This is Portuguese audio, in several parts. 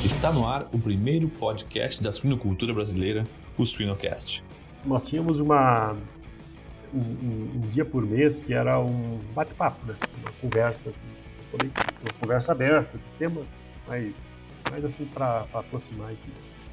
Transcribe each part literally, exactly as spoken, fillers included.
Está no ar o primeiro podcast da suinocultura brasileira, o Suinocast. Nós tínhamos uma, um, um, um dia por mês que era um bate-papo, né? Uma conversa, uma conversa aberta, de temas mais, mais assim para aproximar aqui.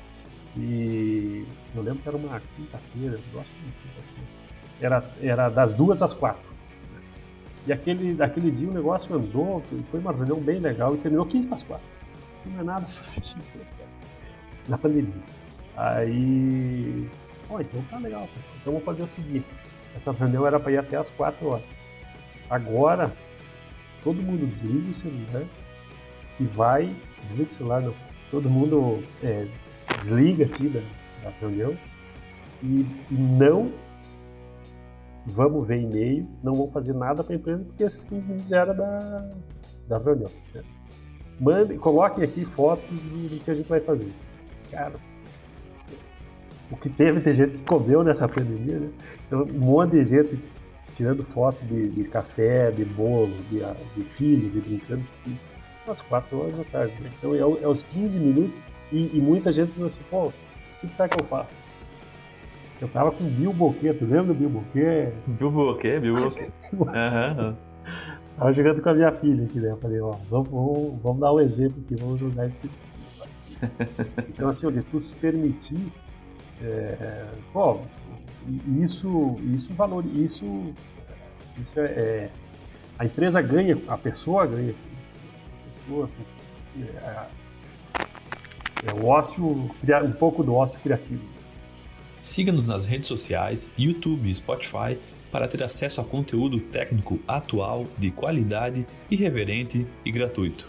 E eu lembro que era uma quinta-feira, eu acho que era quinta-feira. Era, era das duas às quatro. Né? E aquele, aquele dia o negócio andou, foi uma reunião bem legal e terminou quinze para as quatro. Não é nada fazer quinze para as quatro. Na pandemia. Aí, ó, então tá legal, pessoal. Então vamos fazer o seguinte: essa reunião era para ir até às quatro horas. Agora, todo mundo desliga o celular e vai. Desliga o celular, não. Todo mundo é, desliga aqui da, da reunião e, e não vamos ver e-mail, não vamos fazer nada para a empresa, porque esses quinze minutos já era da, da reunião. Né? Mandem, coloquem aqui fotos do, do que a gente vai fazer. Cara, o que teve de gente que comeu nessa pandemia, né? Então, um monte de gente tirando foto de, de café, de bolo, de, de filho, de brincando, às quatro horas da tarde. Né? Então, é, é os quinze minutos e, e muita gente diz assim, pô, o que será que eu faço? Eu tava com o Bill Boquet, tu lembra do Bill Boquet? Bill Boquet, Bill Boquet. Aham. Tava jogando com a minha filha aqui, né? Eu falei, ó, vamos, vamos, vamos dar um exemplo aqui, vamos jogar esse. Então, assim, olha, tu se permitir, é, pô, isso, isso valor, isso, isso é, é, a empresa ganha, a pessoa ganha, a pessoa, assim, assim, é, é o ócio, um pouco do ócio criativo. Siga-nos nas redes sociais, YouTube e Spotify para ter acesso a conteúdo técnico atual, de qualidade, irreverente e gratuito.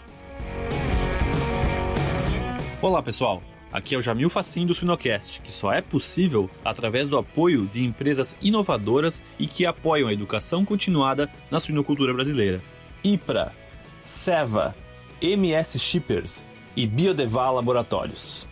Olá pessoal, aqui é o Jamil Facim do Suinocast, que só é possível através do apoio de empresas inovadoras e que apoiam a educação continuada na suinocultura brasileira. IPRA, Seva, M S Shippers e Biodeval Laboratórios.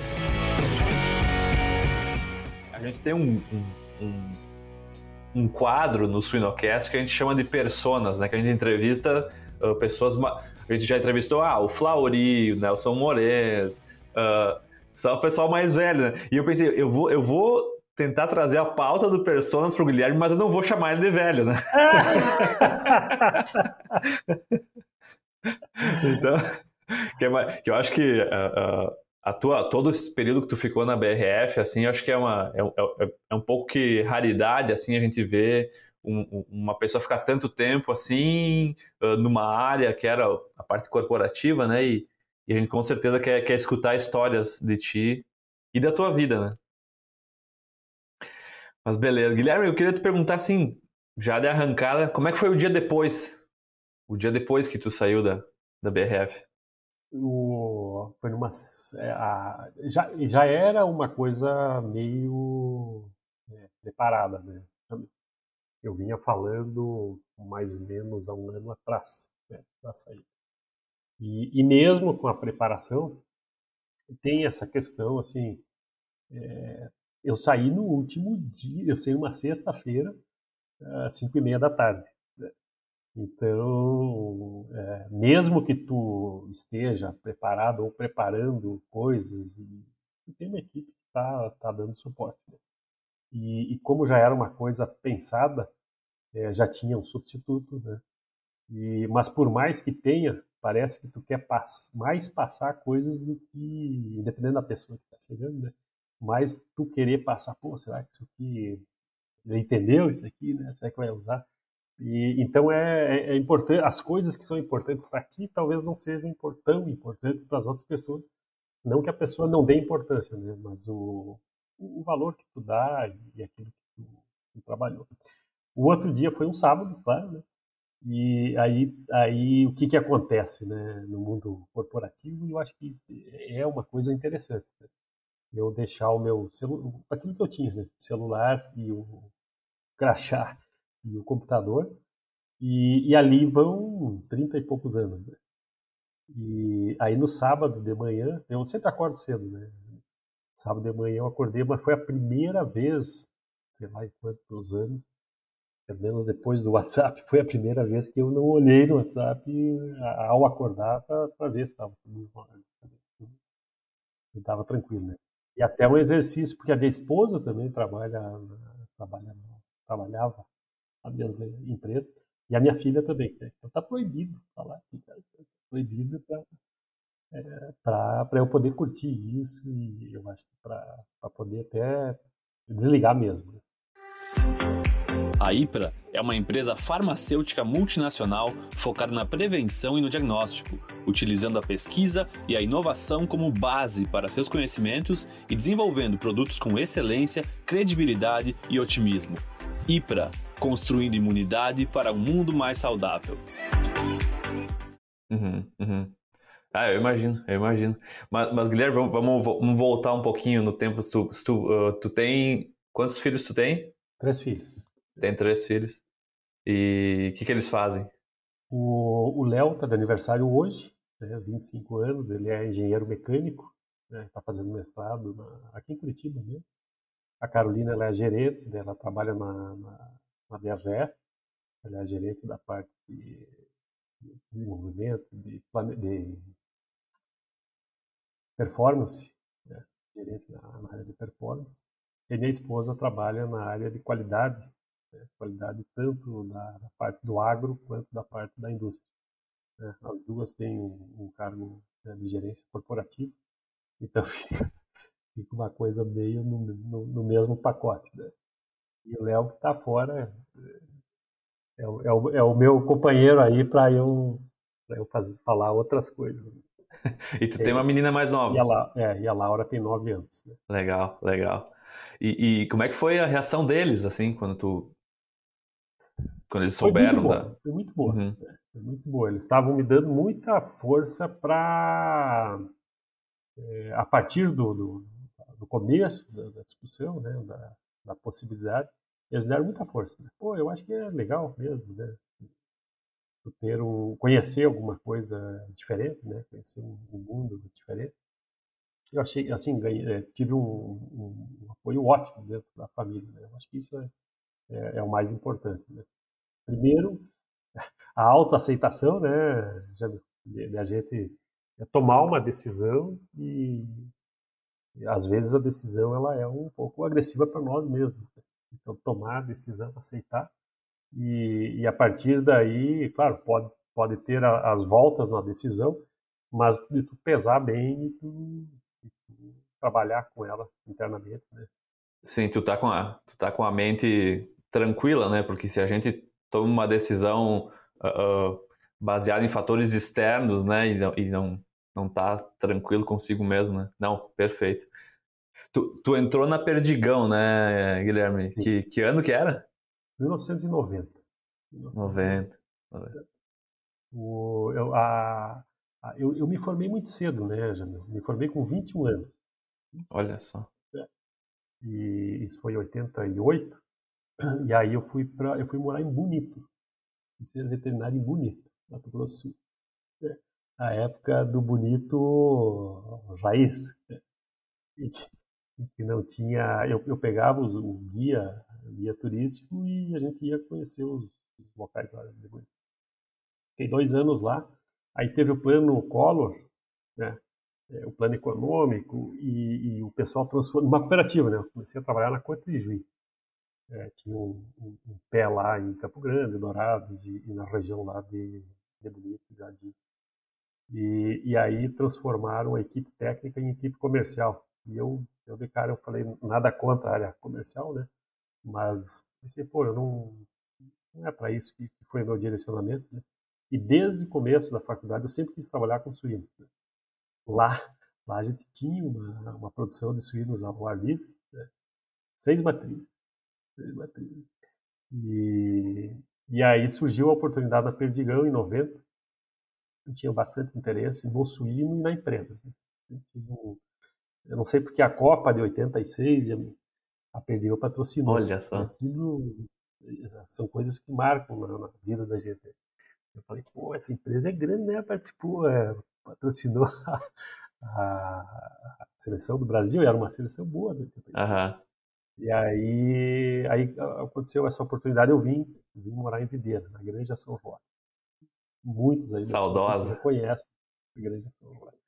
A gente tem um, um, um, um quadro no Suinocast que a gente chama de personas, né? Que a gente entrevista uh, pessoas... Ma- a gente já entrevistou ah, o Flaury, o Nelson Moraes, uh, só o pessoal mais velho, né? E eu pensei, eu vou, eu vou tentar trazer a pauta do personas pro Guilherme, mas eu não vou chamar ele de velho, né? Então, que, é, que eu acho que... Uh, uh, A tua, todo esse período que tu ficou na B R F, assim, eu acho que é, uma, é, é, é um pouco que raridade, assim, a gente vê um, uma pessoa ficar tanto tempo, assim, numa área que era a parte corporativa, né, e, e a gente com certeza quer, quer escutar histórias de ti e da tua vida, né. Mas beleza. Guilherme, eu queria te perguntar, assim, já de arrancada, como é que foi o dia depois? O dia depois que tu saiu da, da B R F? O, foi numa, é, a, já, já era uma coisa meio é, preparada, né? Eu vinha falando mais ou menos há um ano atrás, né, para sair. E, e mesmo com a preparação, tem essa questão, assim, é, eu saí no último dia, eu saí uma sexta-feira, às cinco e meia da tarde. Né? Então, é, mesmo que tu esteja preparado ou preparando coisas, e tem uma equipe que está tá dando suporte. Né? E, e como já era uma coisa pensada, é, já tinha um substituto, né? E, mas por mais que tenha, parece que tu quer pass- mais passar coisas do que, dependendo da pessoa que está chegando, né? Mais tu querer passar, pô, será que isso aqui, ele entendeu isso aqui, né? Será que vai usar? E, então é, é, é importante, as coisas que são importantes para ti talvez não sejam tão importantes para as outras pessoas. Não que a pessoa não dê importância, né? Mas o, o valor que tu dá e aquilo que tu, tu trabalhou. O outro dia foi um sábado, claro, né? E aí, aí o que, que acontece, né, no mundo corporativo? Eu acho que é uma coisa interessante. Né? Eu deixar o meu celular, aquilo que eu tinha, né? O celular e o crachá e o computador, e, e ali vão trinta e poucos anos. Né? E aí no sábado de manhã, eu sempre acordo cedo, né? Sábado de manhã eu acordei, mas foi a primeira vez, sei lá em quantos anos, pelo menos depois do WhatsApp, foi a primeira vez que eu não olhei no WhatsApp ao acordar para ver se estava tudo eu estava tranquilo, né? E até um exercício, porque a minha esposa também trabalha, trabalha, trabalhava na mesma empresa, e a minha filha também, né? Então tá proibido falar aqui, cara. Tá proibido para eu poder curtir isso e eu acho que para poder até desligar mesmo, né? A Ypra é uma empresa farmacêutica multinacional focada na prevenção e no diagnóstico, utilizando a pesquisa e a inovação como base para seus conhecimentos e desenvolvendo produtos com excelência, credibilidade e otimismo. Ypra, construindo imunidade para um mundo mais saudável. Uhum, uhum. Ah, eu imagino, eu imagino. Mas, mas Guilherme, vamos, vamos, vamos voltar um pouquinho no tempo. Tu, tu, uh, tu tem... Quantos filhos tu tem? Três filhos. Tem três filhos. E o que, que eles fazem? O Léo está de aniversário hoje, né, vinte e cinco anos, ele é engenheiro mecânico, está, né, fazendo mestrado na, aqui em Curitiba mesmo. A Carolina, ela é gerente, né, ela trabalha na, na, na B A G F, ela é gerente da parte de, de desenvolvimento, de, plane, de performance, né, gerente na, na área de performance. E minha esposa trabalha na área de qualidade, né, qualidade tanto da, da parte do agro quanto da parte da indústria. Né. As duas têm um, um cargo, né, de gerência corporativa, então fica, fica uma coisa meio no, no, no mesmo pacote. Né. E o Léo que está fora é, o, é, o, é o meu companheiro aí para eu, pra eu fazer, falar outras coisas. E tu é, tem uma menina mais nova. E a, La, é, e a Laura tem nove anos. Né. Legal, legal. E, e como é que foi a reação deles, assim, quando tu... Quando eles souberam foi muito da... boa, foi muito boa. Uhum. Né. Foi muito boa. Eles estavam me dando muita força para... É, a partir do, do, do começo da, da discussão, né, da, da possibilidade, eles me deram muita força. Né. Pô, eu acho que é legal mesmo, né? Ter um, conhecer alguma coisa diferente, né? Conhecer um, um mundo diferente. Eu achei, assim, ganhei, tive um, um, um apoio ótimo dentro da família. Né? Eu acho que isso é, é, é o mais importante. Né? Primeiro, a autoaceitação, né, de, de a gente tomar uma decisão e, e às vezes a decisão ela é um pouco agressiva para nós mesmos. Né? Então, tomar a decisão, aceitar e, e a partir daí, claro, pode, pode ter a, as voltas na decisão, mas de tu pesar bem e tu, e tu trabalhar com ela internamente, né? Sim, tu tá com a, tu tá com a mente tranquila, né? Porque se a gente toma uma decisão uh, uh, baseada em fatores externos, né? E não, e não, não tá tranquilo consigo mesmo, né? Não, perfeito. Tu, tu entrou na Perdigão, né, Guilherme? Sim. Que, que ano que era? mil novecentos e noventa. noventa. O, eu, a, a, eu, eu me formei muito cedo, né, Jamil? Me formei com vinte e um anos. Olha só. E isso foi em oitenta e oito. E aí eu fui, pra, eu fui morar em Bonito. Fui ser veterinário em Bonito, Mato Grosso do Sul. É. A época do Bonito raiz. Né? E, e que não tinha... Eu, eu pegava os, o guia, guia turístico e a gente ia conhecer os, os locais lá de Bonito. Fiquei dois anos lá. Aí teve o plano Collor, né? É, o plano econômico e, e o pessoal transformou... Uma cooperativa, né? Eu comecei a trabalhar na Cotrijuí. É, tinha um, um, um pé lá em Campo Grande, Dourados e, e na região lá de, de Bonito, Jardim. E, e aí transformaram a equipe técnica em equipe comercial. E eu, eu de cara, eu falei nada contra a área comercial, né? Mas pensei, pô, eu não, não é para isso que foi o meu direcionamento, né? E desde o começo da faculdade eu sempre quis trabalhar com suínos. Né? Lá, lá a gente tinha uma, uma produção de suínos ao ar livre, né? Seis matrizes. Seis matrizes. E, e aí surgiu a oportunidade da Perdigão em noventa. Eu tinha bastante interesse no suíno e na empresa. Eu, eu não sei porque a Copa de oitenta e seis a Perdigão patrocinou. Olha só. Tudo, são coisas que marcam na, na vida da gente. Eu falei, pô, essa empresa é grande, né? Participou, é, patrocinou a, a, seleção do Brasil, e era uma seleção boa. Né? Aham. E aí, aí aconteceu essa oportunidade, eu vim, vim morar em Videira, na Granja São Roque. Muitos aí Saudosa. conhecem a Granja São Roque.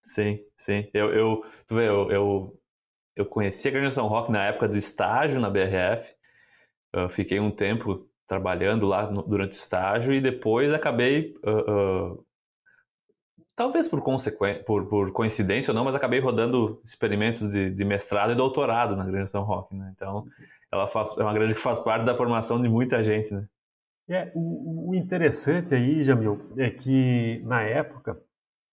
Sim, sim. Eu, eu, tu vê, eu, eu, eu conheci a Granja São Roque na época do estágio na B R F. Eu fiquei um tempo trabalhando lá no- durante o estágio e depois acabei, ah, ah, talvez por, consequen- por, por coincidência ou não, mas acabei rodando experimentos de, de mestrado e doutorado na Granja São Roque, né? Então, ela faz, é uma granja que faz parte da formação de muita gente, né? É, o, o interessante aí, Jamil, é que na época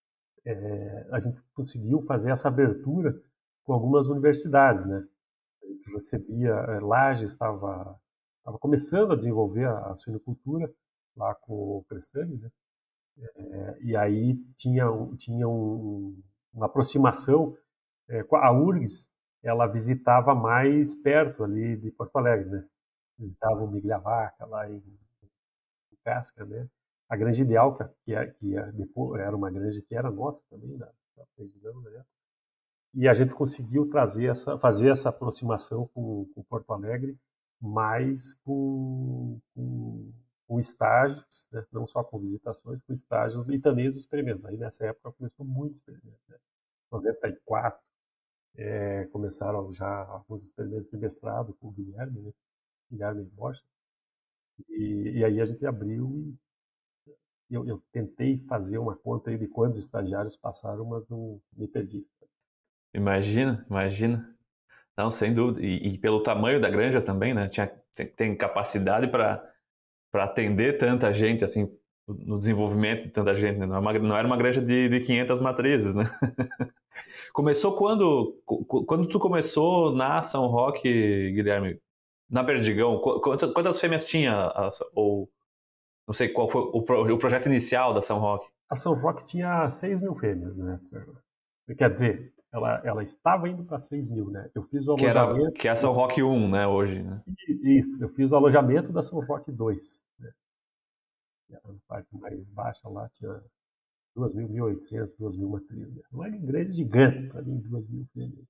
é, a gente conseguiu fazer essa abertura com algumas universidades, né? A gente recebia, é, Lages estava estava começando a desenvolver a, a suinocultura lá com o Crestani, né? É, e aí tinha, um- tinha um- uma aproximação, é, com a URGS, ela visitava mais perto ali de Porto Alegre, né? Visitava o Miguel Vaca lá em Casca, né? A Granja Ideal, que, que, é- que é- depois era uma granja que era nossa também, da, da Perdigão, né? E a gente conseguiu trazer essa, fazer essa aproximação com, com Porto Alegre, mas com, com, com estágios, né? Não só com visitações, com estágios e também os experimentos. Aí nessa época começou muito experimento, né? Em noventa e quatro é, começaram já alguns experimentos de mestrado com o Guilherme, né? Guilherme Bosch, e, e aí a gente abriu e eu, eu tentei fazer uma conta aí de quantos estagiários passaram, mas não me perdi. Imagina, imagina. Não, sem dúvida. E, e pelo tamanho da granja também, né? Tinha, tem, tem capacidade para para atender tanta gente, assim, no desenvolvimento de tanta gente, né? Não, é uma- não era uma granja de, de quinhentas matrizes, né? Começou quando, cu- quando tu começou na São Roque, Guilherme? Na Perdigão, qu- quantas, quantas fêmeas tinha? a- Ou não sei qual foi o, pro- o projeto inicial da São Roque? A São Roque tinha seis mil fêmeas, né? Quer dizer, ela, ela estava indo para seis mil, né? Eu fiz o Que era alojamento. que é a São Roque um, né, hoje, né? Isso, eu fiz o alojamento da São Roque dois, né? Que era na parte mais baixa lá, tinha duas mil, mil e oitocentas, duas mil matrizes. Né? Uma grande gigante para mim, duas mil fêmeas.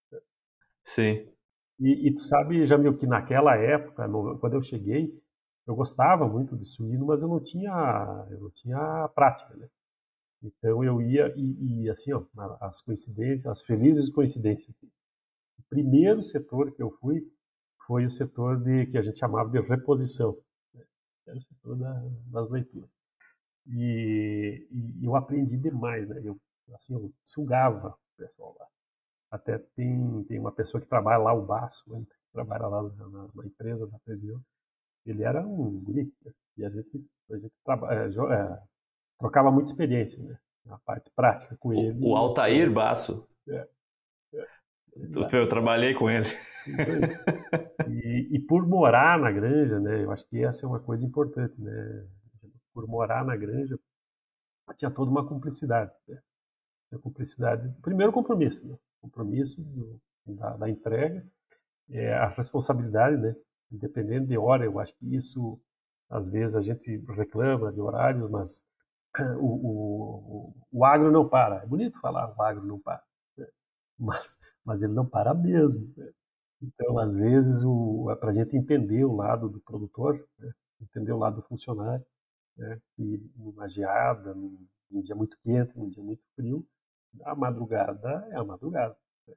Sim. E, e tu sabe, Jamil, que naquela época, no, quando eu cheguei, eu gostava muito de suíno, mas eu não tinha, eu não tinha prática, né? Então eu ia e, e assim, ó, as coincidências, as felizes coincidências. O primeiro setor que eu fui foi o setor de que a gente chamava de reposição, né? Era o setor da, das leituras. E, e eu aprendi demais, né? Eu assim, eu sugava o pessoal lá. Até tem, tem uma pessoa que trabalha lá, o Baço, né, que trabalha lá na, na, na empresa da Presidio. Ele era um guri, né? E a gente, a gente traba, é, jo- é, trocava muita experiência, né? A parte prática com O, ele. o Altair É, Basso, é, é, eu exato, trabalhei com ele. isso aí. E, e por morar na granja, né? Eu acho que essa é uma coisa importante, né? Por morar na granja, tinha toda uma cumplicidade, né? Tinha cumplicidade, primeiro compromisso, né? Compromisso do, da, da entrega, é, a responsabilidade, né? Independente de hora, eu acho que isso, às vezes, a gente reclama de horários, mas o, o, o agro não para. É bonito falar o agro não para, né? mas, mas ele não para mesmo, né? Então, às vezes, para a gente entender o lado do produtor, né? Entender o lado do funcionário, né? E numa geada, num, num dia muito quente, num dia muito frio, a madrugada é a madrugada.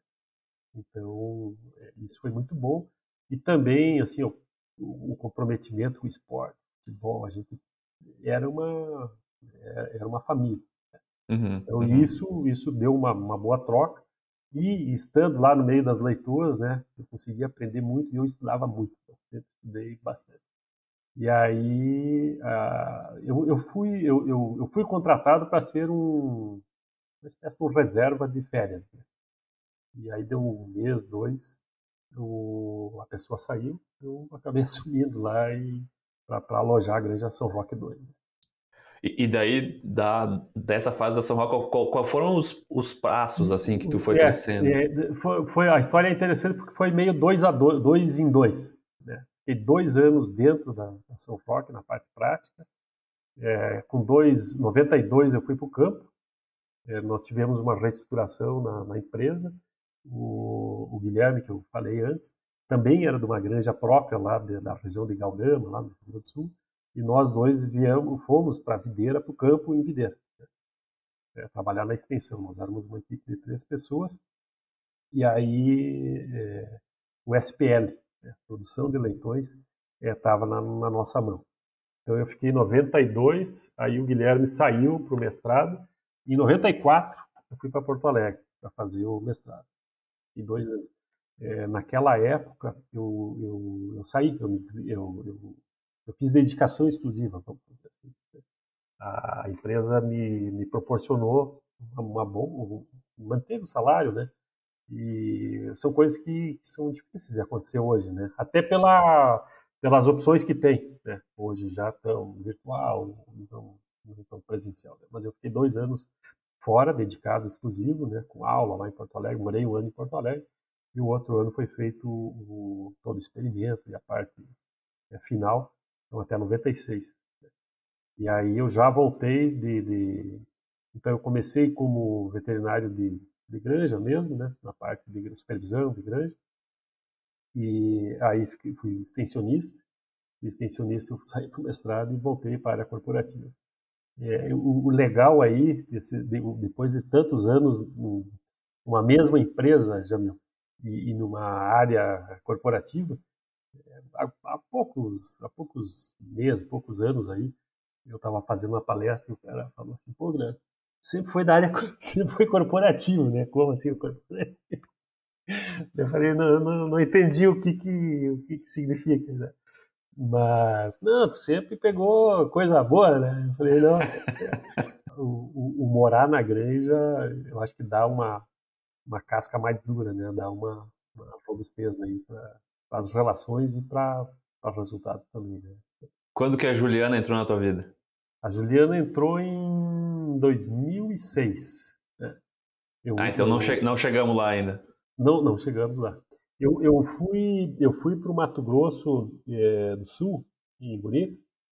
Então, é, isso foi muito bom. E também, assim, o, o comprometimento com o esporte, futebol, a gente era uma, era uma família. Uhum, Então, uhum. isso, isso deu uma, uma boa troca. E estando lá no meio das leituras, né, eu consegui aprender muito e eu estudava muito. Eu sempre estudei bastante. E aí, ah, eu, eu, fui, eu, eu, eu fui contratado para ser um, uma espécie de um reserva de férias, né? E aí deu um mês, dois, o, a pessoa saiu, eu acabei assumindo lá e para alojar a Granja São Roque dois, né? E, e daí, da, dessa fase da São Roque, qual, qual- qual foram os, os passos, assim, que tu foi É, crescendo? é, foi, foi, a história é interessante porque foi meio dois, a dois, dois em dois, né? Fiquei dois anos dentro da, da São Roque, na parte prática. É, com dois, noventa e dois eu fui para o campo. É, nós tivemos uma reestruturação na, na empresa. O, o Guilherme, que eu falei antes, também era de uma granja própria lá de, da região de Galgama, lá no Rio Grande do Sul. E nós dois viemos, fomos para a videira, para o campo em videira. é, trabalhar na extensão. Nós éramos uma equipe de três pessoas, e aí é, o S P L, né, produção de leitões, estava é, na, na nossa mão. Então eu fiquei em noventa e dois, aí o Guilherme saiu para o mestrado, e em noventa e quatro eu fui para Porto Alegre para fazer o mestrado. E dois anos. É, naquela época eu, eu, eu saí, eu, eu, eu, eu fiz dedicação exclusiva, vamos dizer assim. A empresa me, me proporcionou uma, uma boa, manteve o salário, né? E são coisas que, que são difíceis de acontecer hoje, né? Até pela, pelas opções que tem, né? Hoje já estão virtual, não estão presencial. Né? Mas eu fiquei dois anos fora, dedicado exclusivo, né? Com aula lá em Porto Alegre, morei um ano em Porto Alegre, e o outro ano foi feito o, todo o experimento e a parte é, final, então até noventa e seis. E aí eu já voltei de, de... Então eu comecei como veterinário de, de granja mesmo, né? Na parte de supervisão de granja. E aí fiquei, fui extensionista. E extensionista eu saí para o mestrado e voltei para a área corporativa. É, o, o legal aí, esse, de, depois de tantos anos numa mesma empresa, Jamil, e, e numa área corporativa, é, há, há, poucos, há poucos meses, poucos anos aí, eu estava fazendo uma palestra e o cara falou assim, pô, Guilherme, sempre foi da área, sempre foi corporativo, né? Como assim o corporativo? Eu falei, não, não, não entendi o que que, o que, que significa, né? Mas, não, tu sempre pegou coisa boa, né? Eu falei, não, o, o, o morar na granja, eu acho que dá uma, uma casca mais dura, né? Dá uma, uma robustez aí para as relações e para o resultado também, né? Quando que a Juliana entrou na tua vida? A Juliana entrou em dois mil e seis. Né? Eu, ah, então eu, não, che não chegamos lá ainda. Não, não chegamos lá. Eu, eu fui, eu fui para o Mato Grosso é, do Sul, em Bonito,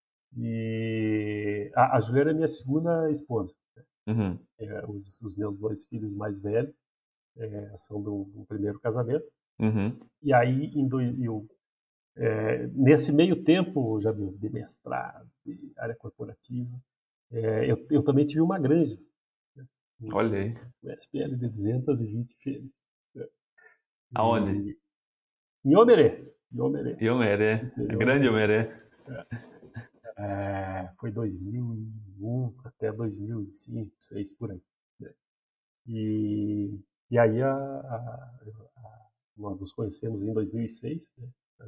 e a, a Juliana é minha segunda esposa. Né? Uhum. É, os, os meus dois filhos mais velhos é, são do, do primeiro casamento. Uhum. E aí, em dois, eu, é, nesse meio tempo, já viu, de mestrado, de área corporativa, é, eu, eu também tive uma granja. Né? Um, Olha aí. um S P L de duzentas e vinte fêmeas. Né? Aonde? Em Omerê. Em Omerê. Em Omerê. Grande Omerê. É. É, foi dois mil e um até dois mil e cinco, dois mil e seis, por aí. Né? E, e aí a, a, a, nós nos conhecemos em dois mil e seis, né?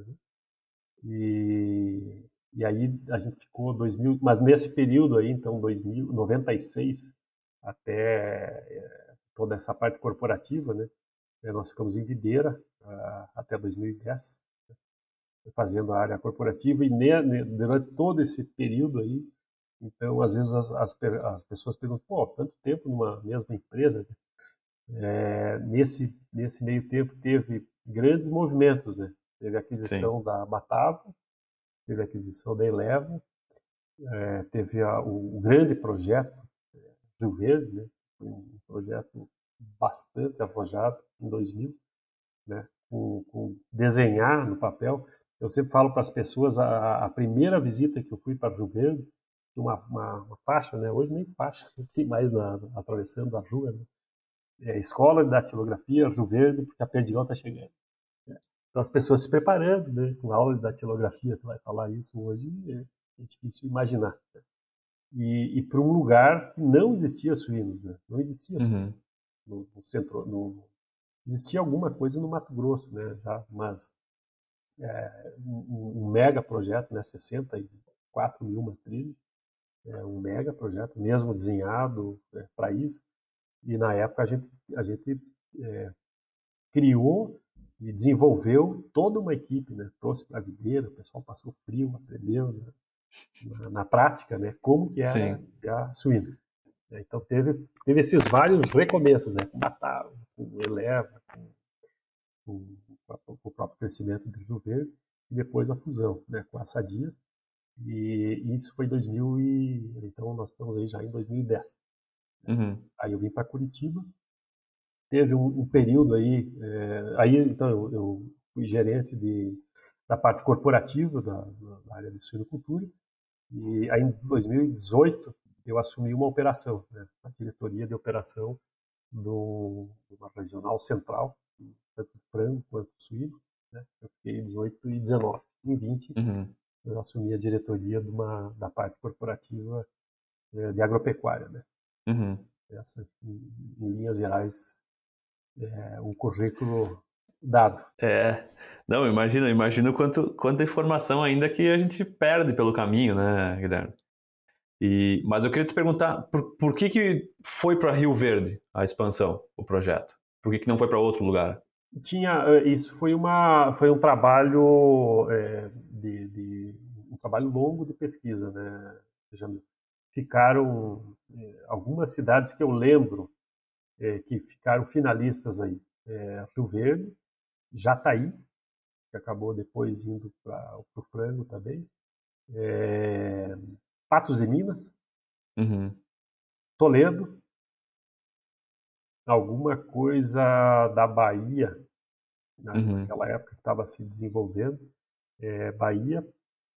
E, e aí a gente ficou dois mil, mas nesse período aí, então dois mil, noventa e seis até é, toda essa parte corporativa, né? Nós ficamos em Videira uh, até dois mil e dez, né? Fazendo a área corporativa, e ne, ne, durante todo esse período aí, então às vezes as, as, as pessoas perguntam, pô, tanto tempo numa mesma empresa, é, nesse, nesse meio tempo teve grandes movimentos, né? Teve a aquisição Sim. da Batavo, teve a aquisição da Eleva, é, teve a, o, o grande projeto é, Rio Verde, né? Um projeto bastante arrojado em dois mil, né? Com, com desenhar no papel. Eu sempre falo para as pessoas, a, a primeira visita que eu fui para Rio Verde, uma, uma, uma faixa, né? Hoje nem faixa, não tem mais na, atravessando a rua, né? É, escola de datilografia, Rio Verde, porque a Perdigão está chegando. Né? Então as pessoas se preparando, né? Com a aula de datilografia, tu vai falar isso hoje, é, é difícil imaginar. Né? E, e para um lugar que não existia suínos, né? Não existia suínos. Uhum. No, no centro, no, existia alguma coisa no Mato Grosso, né? Já, mas é, um, um mega projeto, né? sessenta e quatro mil matrizes, é, um mega projeto, mesmo desenhado é, para isso. E na época a gente, a gente é, criou e desenvolveu toda uma equipe, né? Trouxe para a videira, o pessoal passou frio, aprendeu, né? na, na prática, né? Como que era a suínos. Então teve, teve esses vários recomeços, né? Com Batavo, com Eleva, com, com, com o próprio crescimento do Rio Verde, e depois a fusão, né? Com a Sadia. E, e isso foi em dois mil e... Então nós estamos aí já em dois mil e dez. Uhum. Aí eu vim para Curitiba. Teve um, um período aí... É, aí então eu, eu fui gerente de, da parte corporativa da, da área de suinocultura. E aí em dois mil e dezoito eu assumi uma operação, né, a diretoria de operação do, de uma regional central, tanto frango quanto suíno, né? Eu fiquei dezoito e dezenove. Em vinte, Uhum. eu assumi a diretoria de uma, da parte corporativa é, de agropecuária, né? Uhum. Essa, em, em linhas gerais, é um currículo dado. É, não, imagina, imagina quanto, quanta informação ainda que a gente perde pelo caminho, né, Guilherme? E, mas eu queria te perguntar, por, por que que foi para Rio Verde a expansão, o projeto? Por que que não foi para outro lugar? Tinha, eh, isso foi uma, foi um trabalho é, de, de um trabalho longo de pesquisa, né, Jamil? Ficaram é, algumas cidades que eu lembro é, que ficaram finalistas aí, é, Rio Verde, Jataí, que acabou depois indo para o frango também, é, Patos de Minas, Uhum. Toledo, alguma coisa da Bahia, Uhum. naquela época que estava se desenvolvendo, é, Bahia,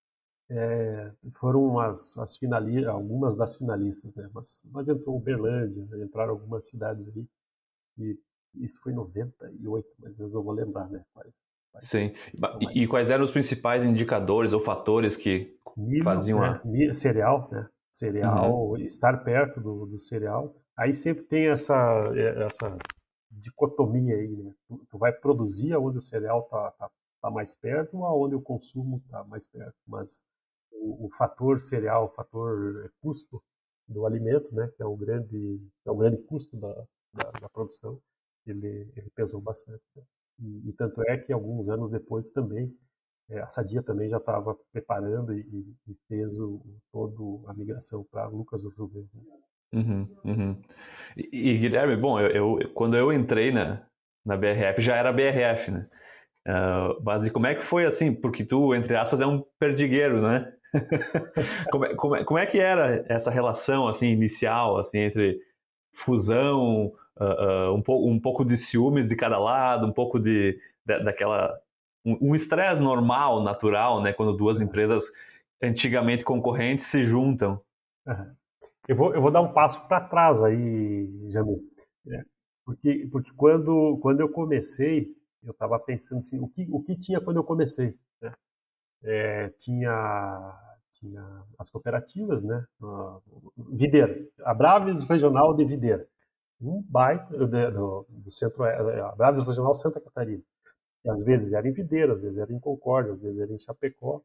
é, foram as, as finali algumas das finalistas, né? Mas, mas entrou Uberlândia, né? Entraram algumas cidades aí, e isso foi em noventa e oito, mas eu não vou lembrar, né? Faz, Sim. faz, E, e quais eram os principais indicadores ou fatores que milho, faziam né? a... Cereal, né? Uhum. Cereal, estar perto do, do cereal. Aí sempre tem essa, essa dicotomia aí, né? Tu, tu vai produzir aonde o cereal tá, tá, tá mais perto ou aonde o consumo tá mais perto. Mas o, o fator cereal, o fator custo do alimento, né? Que é o grande, é o grande custo da, da, da produção, ele, ele pesou bastante. Né? E, e tanto é que alguns anos depois também é, a Sadia também já estava preparando e, e fez o, todo a migração para Lucas do Rio Verde. Uhum. Uhum. E, e, Guilherme, bom, eu, eu, quando eu entrei na, na B R F, já era B R F, né? Uh, mas e como é que foi assim? Porque tu, entre aspas, é um perdigueiro, né? como, é, como, é, como é que era essa relação assim inicial assim entre fusão, uh, uh, um, po um pouco de ciúmes de cada lado, um pouco de, de daquela um estresse um normal, natural, né? Quando duas empresas antigamente concorrentes se juntam. Uhum. Eu vou, eu vou dar um passo para trás aí, Jamil. Né? Porque, porque quando, quando eu comecei, eu estava pensando assim, o que, o que tinha quando eu comecei? Né? É, tinha, tinha as cooperativas, né? Uh, Videira, a Braves Regional de Videira, um baita do, do, do centro, a Braves Regional Santa Catarina. E às vezes era em Videira, às vezes era em Concórdia, às vezes era em Chapecó.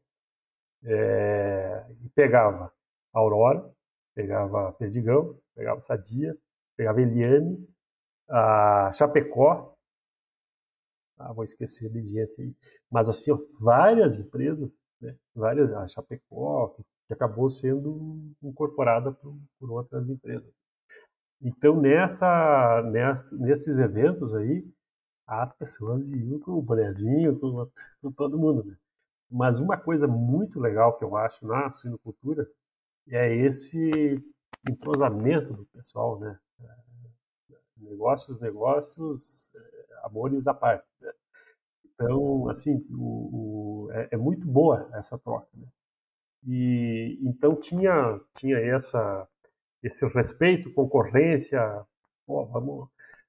É, e pegava Aurora, pegava Perdigão, pegava Sadia, pegava Eliane, a Chapecó, ah, vou esquecer de gente aí, mas assim, ó, várias empresas, né, várias, a Chapecó, que, que acabou sendo incorporada por, por outras empresas. Então, nessa, nessa, nesses eventos aí, as pessoas iam com o bonezinho, com, com todo mundo, né? Mas uma coisa muito legal que eu acho na suinocultura é esse entrosamento do pessoal, né? Negócios, negócios, amores à parte. Né? Então, assim, o, o, é, é muito boa essa troca. Né? E então tinha tinha essa esse respeito, concorrência. Pô, vamos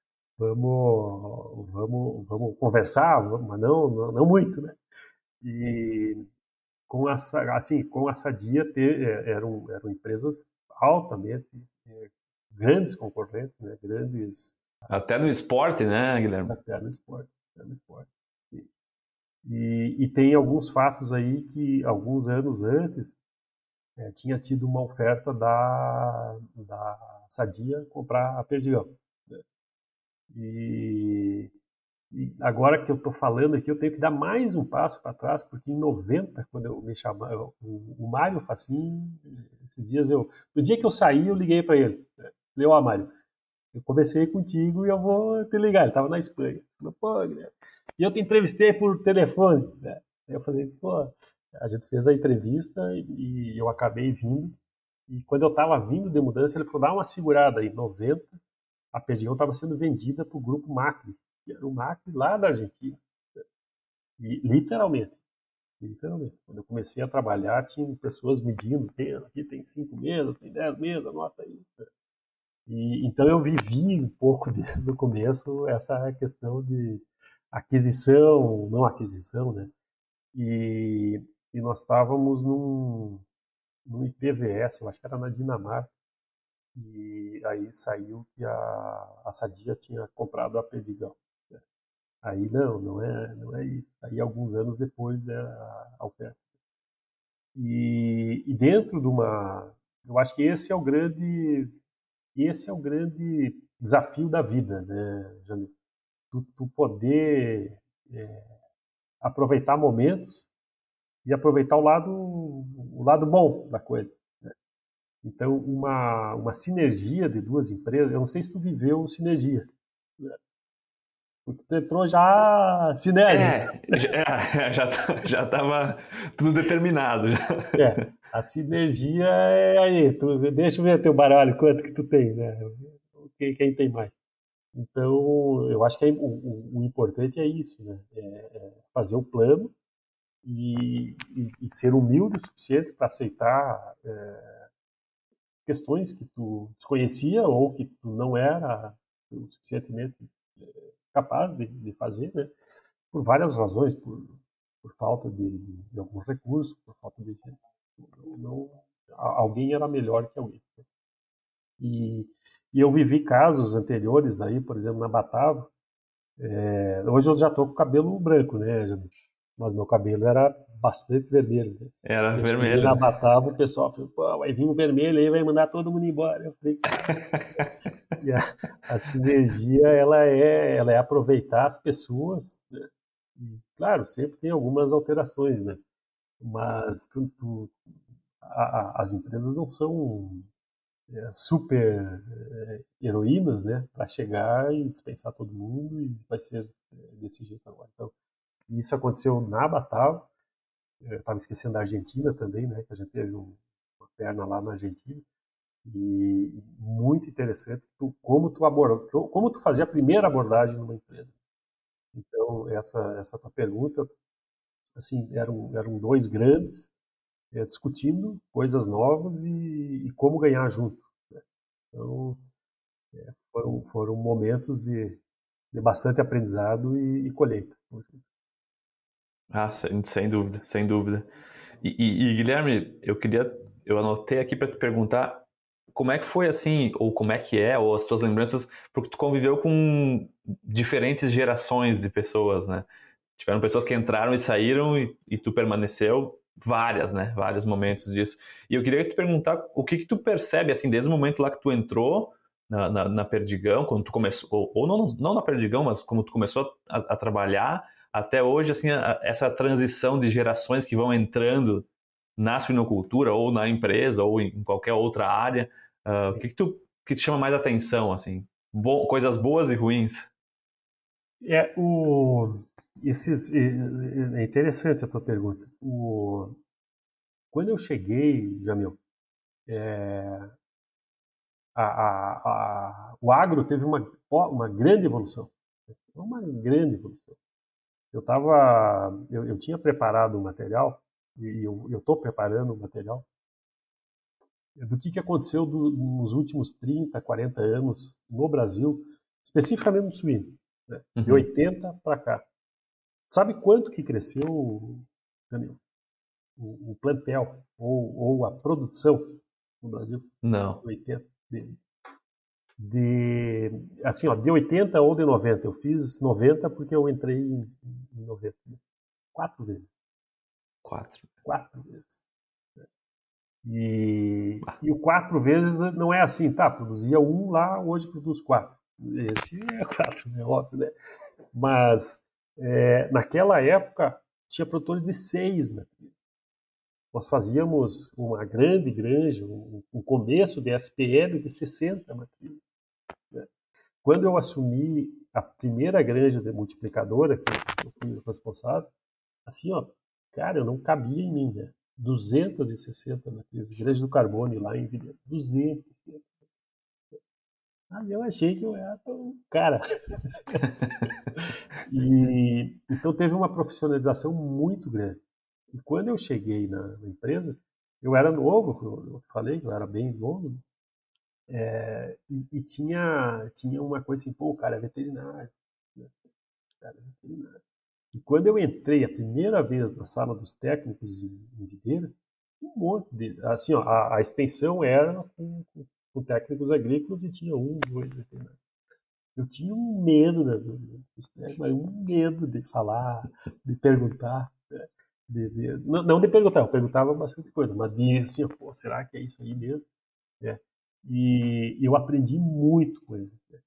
vamos vamos vamos conversar, mas não não, não muito, né? E com a, assim, com a Sadia ter, eram, eram empresas altamente é, grandes concorrentes, né? Grandes Até no esporte, né, Guilherme? até no esporte, até no esporte. E, e, e tem alguns fatos aí que alguns anos antes é, tinha tido uma oferta da, da Sadia comprar a Perdigão. Né? E E agora que eu estou falando aqui, eu tenho que dar mais um passo para trás, porque em noventa, quando eu me chamava, o, o Mário Facim, esses dias eu, no dia que eu saí, eu liguei para ele. Né? Falei, ó, Mário, eu conversei contigo e eu vou te ligar. Ele estava na Espanha. Falei, pô, Guilherme. E eu te entrevistei por telefone. Né? Eu falei, pô, a gente fez a entrevista e, e eu acabei vindo. E quando eu estava vindo de mudança, ele falou, dá uma segurada aí. Em noventa, a Perdigão estava sendo vendida para o grupo Macri, que era o Macri lá da Argentina. E, literalmente. Então, né, quando eu comecei a trabalhar, tinha pessoas medindo, tem, aqui tem cinco mesas, tem dez mesas, anota aí. E, então eu vivi um pouco desde o começo essa questão de aquisição, não aquisição, né? E, e nós estávamos num, num I P V S, eu acho que era na Dinamarca, e aí saiu que a, a Sadia tinha comprado a Perdigão. Aí não, não é, não é isso. Aí alguns anos depois é a, a oferta. E, e dentro de uma, eu acho que esse é o grande, esse é o grande desafio da vida, né, Janil? Tu, tu poder é, aproveitar momentos e aproveitar o lado, o lado bom da coisa. Né? Então, uma, uma sinergia de duas empresas, eu não sei se tu viveu sinergia, né? Porque tu entrou já sinérgico. É, já, já, já estava tudo determinado. Já. É, a sinergia é aí. Tu, deixa eu ver teu baralho, quanto que tu tem, né? Quem, quem tem mais? Então, eu acho que é, o, o, o importante é isso, né? É, é fazer o plano e, e, e ser humilde o suficiente para aceitar é, questões que tu desconhecia ou que tu não era o suficientemente capaz de, de fazer, né? Por várias razões, por, por falta de, de alguns recursos, por falta de não, alguém era melhor que alguém. E, e eu vivi casos anteriores aí, por exemplo, na Batavo. É, hoje eu já estou com o cabelo branco, né, Jamil? Mas meu cabelo era bastante vermelho. Né? Era eu vermelho. Na Batavo, o pessoal falou, pô, vai vir um vermelho aí, vai mandar todo mundo embora. Eu falei, e a, a sinergia, ela é, ela é aproveitar as pessoas, né? E, claro, sempre tem algumas alterações, né? Mas tu, tu, a, a, as empresas não são é, super é, heroínas, né? Para chegar e dispensar todo mundo e vai ser é, desse jeito agora. Então, isso aconteceu na Batavo. Eu estava esquecendo da Argentina também, né? Que a gente teve um, uma perna lá na Argentina. E muito interessante tu, como tu aborda, como tu fazia a primeira abordagem numa empresa. Então essa essa tua pergunta, assim, eram eram dois grandes é, discutindo coisas novas e, e como ganhar junto. Né? Então é, foram foram momentos de, de bastante aprendizado e, e colheita. Ah, sem, sem dúvida, sem dúvida. E, e, e Guilherme, eu queria, eu anotei aqui para te perguntar como é que foi assim, ou como é que é, ou as tuas lembranças, porque tu conviveu com diferentes gerações de pessoas, né? Tiveram pessoas que entraram e saíram e, e tu permaneceu, várias, né? Vários momentos disso. E eu queria te perguntar o que que tu percebe, assim, desde o momento lá que tu entrou na, na, na Perdigão, quando tu começou, ou, ou não, não na Perdigão, mas como tu começou a, a trabalhar, até hoje, assim, a, essa transição de gerações que vão entrando na suinocultura ou na empresa ou em qualquer outra área. Uh, o que, que, tu, que te chama mais atenção, assim? Bo- coisas boas e ruins? É, o, esses, é, é interessante a tua pergunta. O, quando eu cheguei, Jamil, é, a, a, a, o agro teve uma, uma grande evolução. Uma grande evolução. Eu, tava, eu, eu tinha preparado o material, e eu estou preparando o material, do que, que aconteceu do, nos últimos trinta, quarenta anos no Brasil, especificamente no suíno, né? De Uhum. oitenta para cá. Sabe quanto que cresceu, Danilo, o, o plantel ou, ou a produção no Brasil? Não. De oitenta. De, de, assim, ó, de oitenta ou de noventa. Eu fiz noventa porque eu entrei em, em noventa. Quatro vezes. Quatro. Quatro vezes. E, e o quatro vezes não é assim, tá, produzia um lá, hoje produz quatro. Esse é quatro, né? Óbvio, né? Mas é, naquela época tinha produtores de seis matrizes. Nós fazíamos uma grande granja, um, um começo de S P L de sessenta matrizes. Né? Quando eu assumi a primeira granja de multiplicadora, que eu fui responsável, assim, ó, cara, eu não cabia em mim, né? duzentas e sessenta matrizes, granja do Carbone lá em Videira. duzentas e sessenta. Ah, eu achei que eu era tão cara. E então teve uma profissionalização muito grande. E quando eu cheguei na, na empresa, eu era novo, eu falei que eu era bem novo, né? É, e, e tinha, tinha uma coisa assim, pô, o cara é veterinário, né? O cara é veterinário. E quando eu entrei a primeira vez na sala dos técnicos de, de videira, um monte de, assim, ó, a, a extensão era com, com, com técnicos agrícolas e tinha um, dois veterinários. Eu tinha um medo da, dos técnicos, mas um medo de falar, de perguntar, né? de, de, não, não de perguntar, eu perguntava bastante coisa, mas de assim, pô, será que é isso aí mesmo? É. E eu aprendi muito com eles. Né?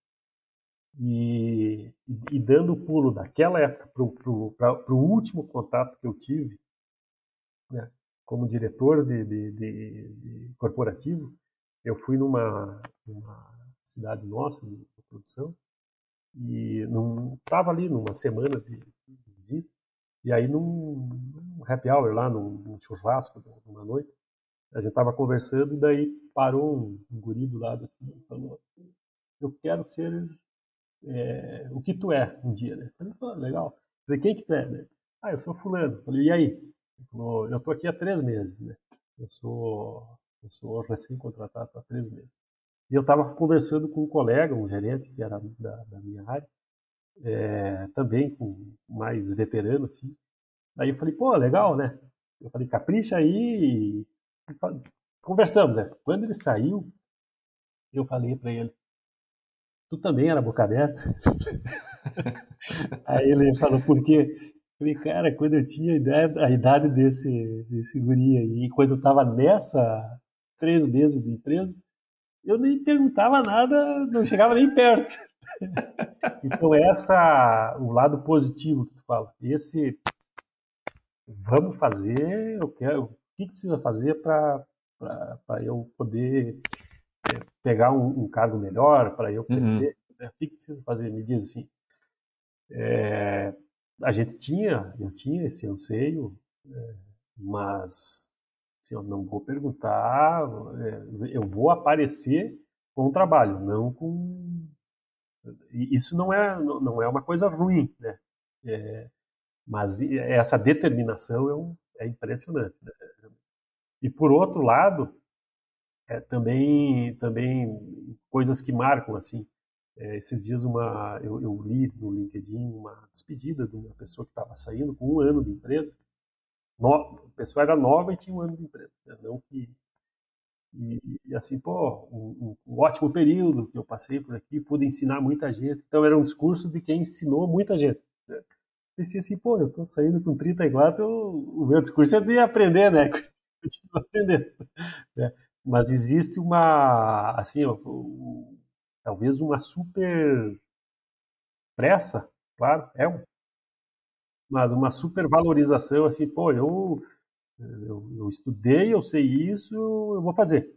E, e, e dando o pulo daquela época para o último contato que eu tive, né, como diretor de, de, de, de corporativo, eu fui numa, numa cidade nossa de, de produção e estava ali numa semana de, de visita, e aí num, num happy hour lá, num, num churrasco, numa noite, a gente estava conversando e daí parou um, um guri do lado assim e falou: eu quero ser é, o que tu é um dia, né? Falei, pô, legal. Falei, quem que tu é, né? Ah, eu sou fulano. Falei, e aí? Ele falou, eu tô aqui há três meses, né? Eu sou, eu sou recém-contratado há três meses. E eu estava conversando com um colega, um gerente que era da, da minha área, é, também com mais veterano, assim. Daí eu falei, pô, legal, né? Eu falei, capricha aí. E conversamos, né? Quando ele saiu, eu falei para ele, tu também era boca aberta? Aí ele falou, por quê? Eu falei, cara, quando eu tinha a idade, a idade desse, desse guri aí, e quando eu tava nessa três meses de empresa, eu nem perguntava nada, não chegava nem perto. Então essa, o lado positivo que tu fala, esse, vamos fazer, eu quero, o que precisa fazer para eu poder é, pegar um, um cargo melhor, para eu crescer, uhum. Né? O que precisa fazer? Me diz assim. É, a gente tinha, eu tinha esse anseio, é, mas assim, eu não vou perguntar, é, eu vou aparecer com o trabalho, não com... Isso não é, não é uma coisa ruim, né? É, mas essa determinação é, é impressionante. Né? E por outro lado, é, também, também coisas que marcam, assim, É, esses dias uma, eu, eu li no LinkedIn uma despedida de uma pessoa que estava saindo com um ano de empresa. No, a pessoa era nova e tinha um ano de empresa. Né? Não que, e, e assim, pô, um, um ótimo período que eu passei por aqui, pude ensinar muita gente. Então era um discurso de quem ensinou muita gente. Né? Pensei assim, pô, eu estou saindo com trinta e quatro, eu, o meu discurso é de aprender, né? Continuar aprendendo. Né? Mas existe uma, assim, ó, o, talvez uma super pressa, claro, é um, mas uma super valorização, assim, pô, eu, eu, eu estudei, eu sei isso, eu vou fazer.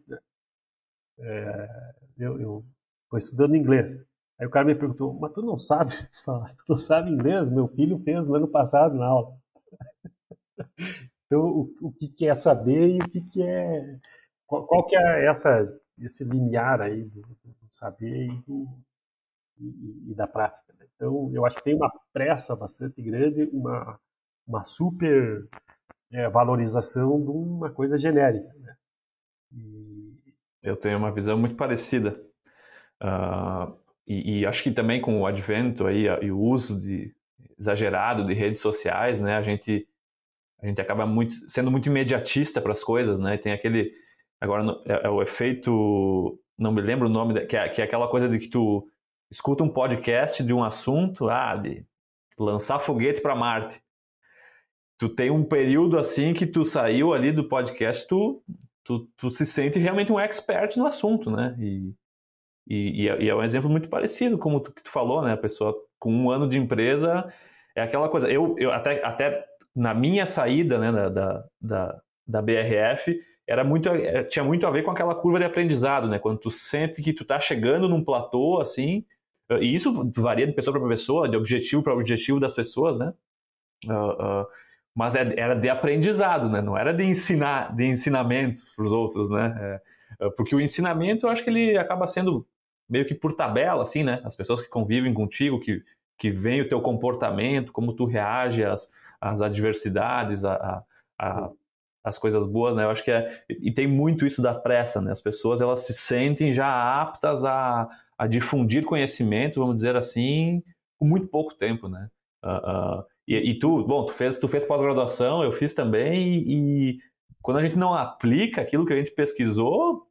É, eu estou estudando inglês. Aí o cara me perguntou, mas tu não sabe falar, tu não sabe inglês? Meu filho fez no ano passado na aula. Então, o, o que, que é saber e o que, que é... Qual, qual que é essa, esse limiar aí do, do saber e do... E, e da prática. Né? Então, eu acho que tem uma pressa bastante grande, uma, uma super é, valorização de uma coisa genérica. Né? E... Eu tenho uma visão muito parecida. Uh, e, e acho que também com o advento aí, e o uso de, exagerado de redes sociais, né, a gente, a gente acaba muito, sendo muito imediatista para as coisas. Né? E tem aquele... Agora, é, é o efeito... Não me lembro o nome, que é, que é aquela coisa de que tu escuta um podcast de um assunto, ah, de lançar foguete para Marte. Tu tem um período assim que tu saiu ali do podcast, tu, tu, tu se sente realmente um expert no assunto, né? E, e, e é um exemplo muito parecido, como tu, que tu falou, né? A pessoa com um ano de empresa, é aquela coisa... Eu, eu até, até na minha saída, né, da, da, da, da B R F, era muito, tinha muito a ver com aquela curva de aprendizado, né? Quando tu sente que tu tá chegando num platô, assim... E isso varia de pessoa para pessoa, de objetivo para objetivo das pessoas, né? Uh, uh, mas era de aprendizado, né? Não era de ensinar, de ensinamento para os outros, né? É, porque o ensinamento, eu acho que ele acaba sendo meio que por tabela, assim, né? As pessoas que convivem contigo, que, que veem o teu comportamento, como tu reage às, às adversidades, a, a, a, as coisas boas, né? Eu acho que é... E tem muito isso da pressa, né? As pessoas, elas se sentem já aptas a, a difundir conhecimento, vamos dizer assim, com muito pouco tempo, né? Uh, uh, e, e tu, bom, tu fez, tu fez pós-graduação, eu fiz também, e, e quando a gente não aplica aquilo que a gente pesquisou,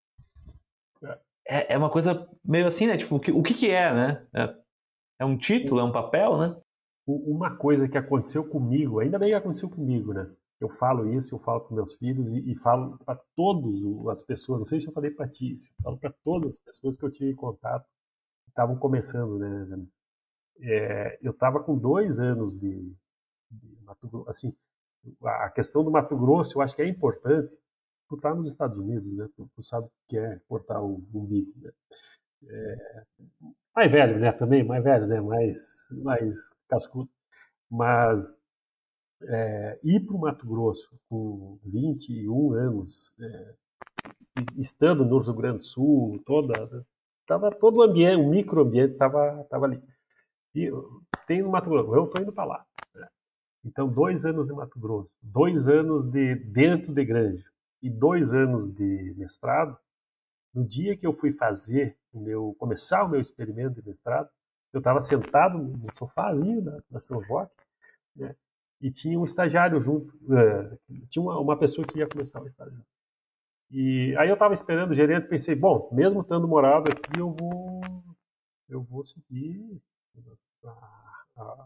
é, é uma coisa meio assim, né? Tipo, o que, o que que é, né? É, é um título, é um papel, né? Uma coisa que aconteceu comigo, ainda bem que aconteceu comigo, né? Eu falo isso, eu falo com meus filhos e, e falo para todas as pessoas, não sei se eu falei para ti, eu falo para todas as pessoas que eu tive contato, que estavam começando, né? É, eu estava com dois anos de, de Mato Grosso, assim, a questão do Mato Grosso eu acho que é importante. Tu tá nos Estados Unidos, né? Tu, tu sabe o que é cortar o umbigo, né? É, mais velho, né? Também, mais velho, né? Mais, mais cascudo. Mas é, ir para o Mato Grosso com vinte e um anos, é, estando no Rio Grande do Sul, toda, tava todo o ambiente, o microambiente estava tava ali. E tem no Mato Grosso, eu estou indo para lá. Né? Então, dois anos de Mato Grosso, dois anos de dentro de granja e dois anos de mestrado. No dia que eu fui fazer o meu, começar o meu experimento de mestrado, eu estava sentado no sofazinho da, da São Roque, né? E tinha um estagiário junto, uh, tinha uma, uma pessoa que ia começar o estágio. E aí eu estava esperando o gerente, pensei, bom, mesmo estando morado aqui, eu vou, eu vou seguir a, a,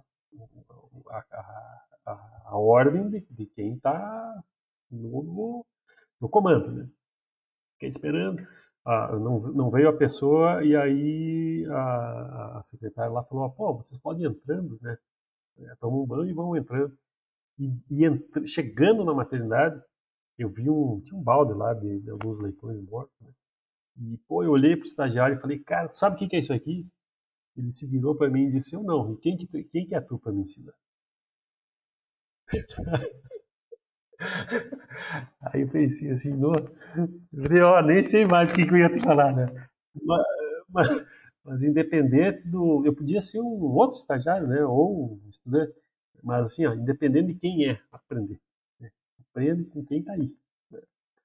a, a, a ordem de, de quem está no, no, no comando, né? Fiquei esperando. Ah, não, não veio a pessoa e aí a, a secretária lá falou, pô, vocês podem ir entrando, né? Tomam um banho e vão entrando. E, e entra, chegando na maternidade, eu vi um, tinha um balde lá de, de alguns leitões mortos, né? E, pô, eu olhei pro estagiário e falei, cara, tu sabe o que, que é isso aqui? Ele se virou para mim e disse, eu não, e quem que, quem que é tu para me ensinar? Aí eu pensei assim, não, eu falei, ó, nem sei mais o que, que eu ia te falar, né? Mas, mas, mas independente do, eu podia ser um outro estagiário, né? Ou um estudante, mas assim, ó, independente de quem é, aprender. Né? Aprende com quem está aí. Né?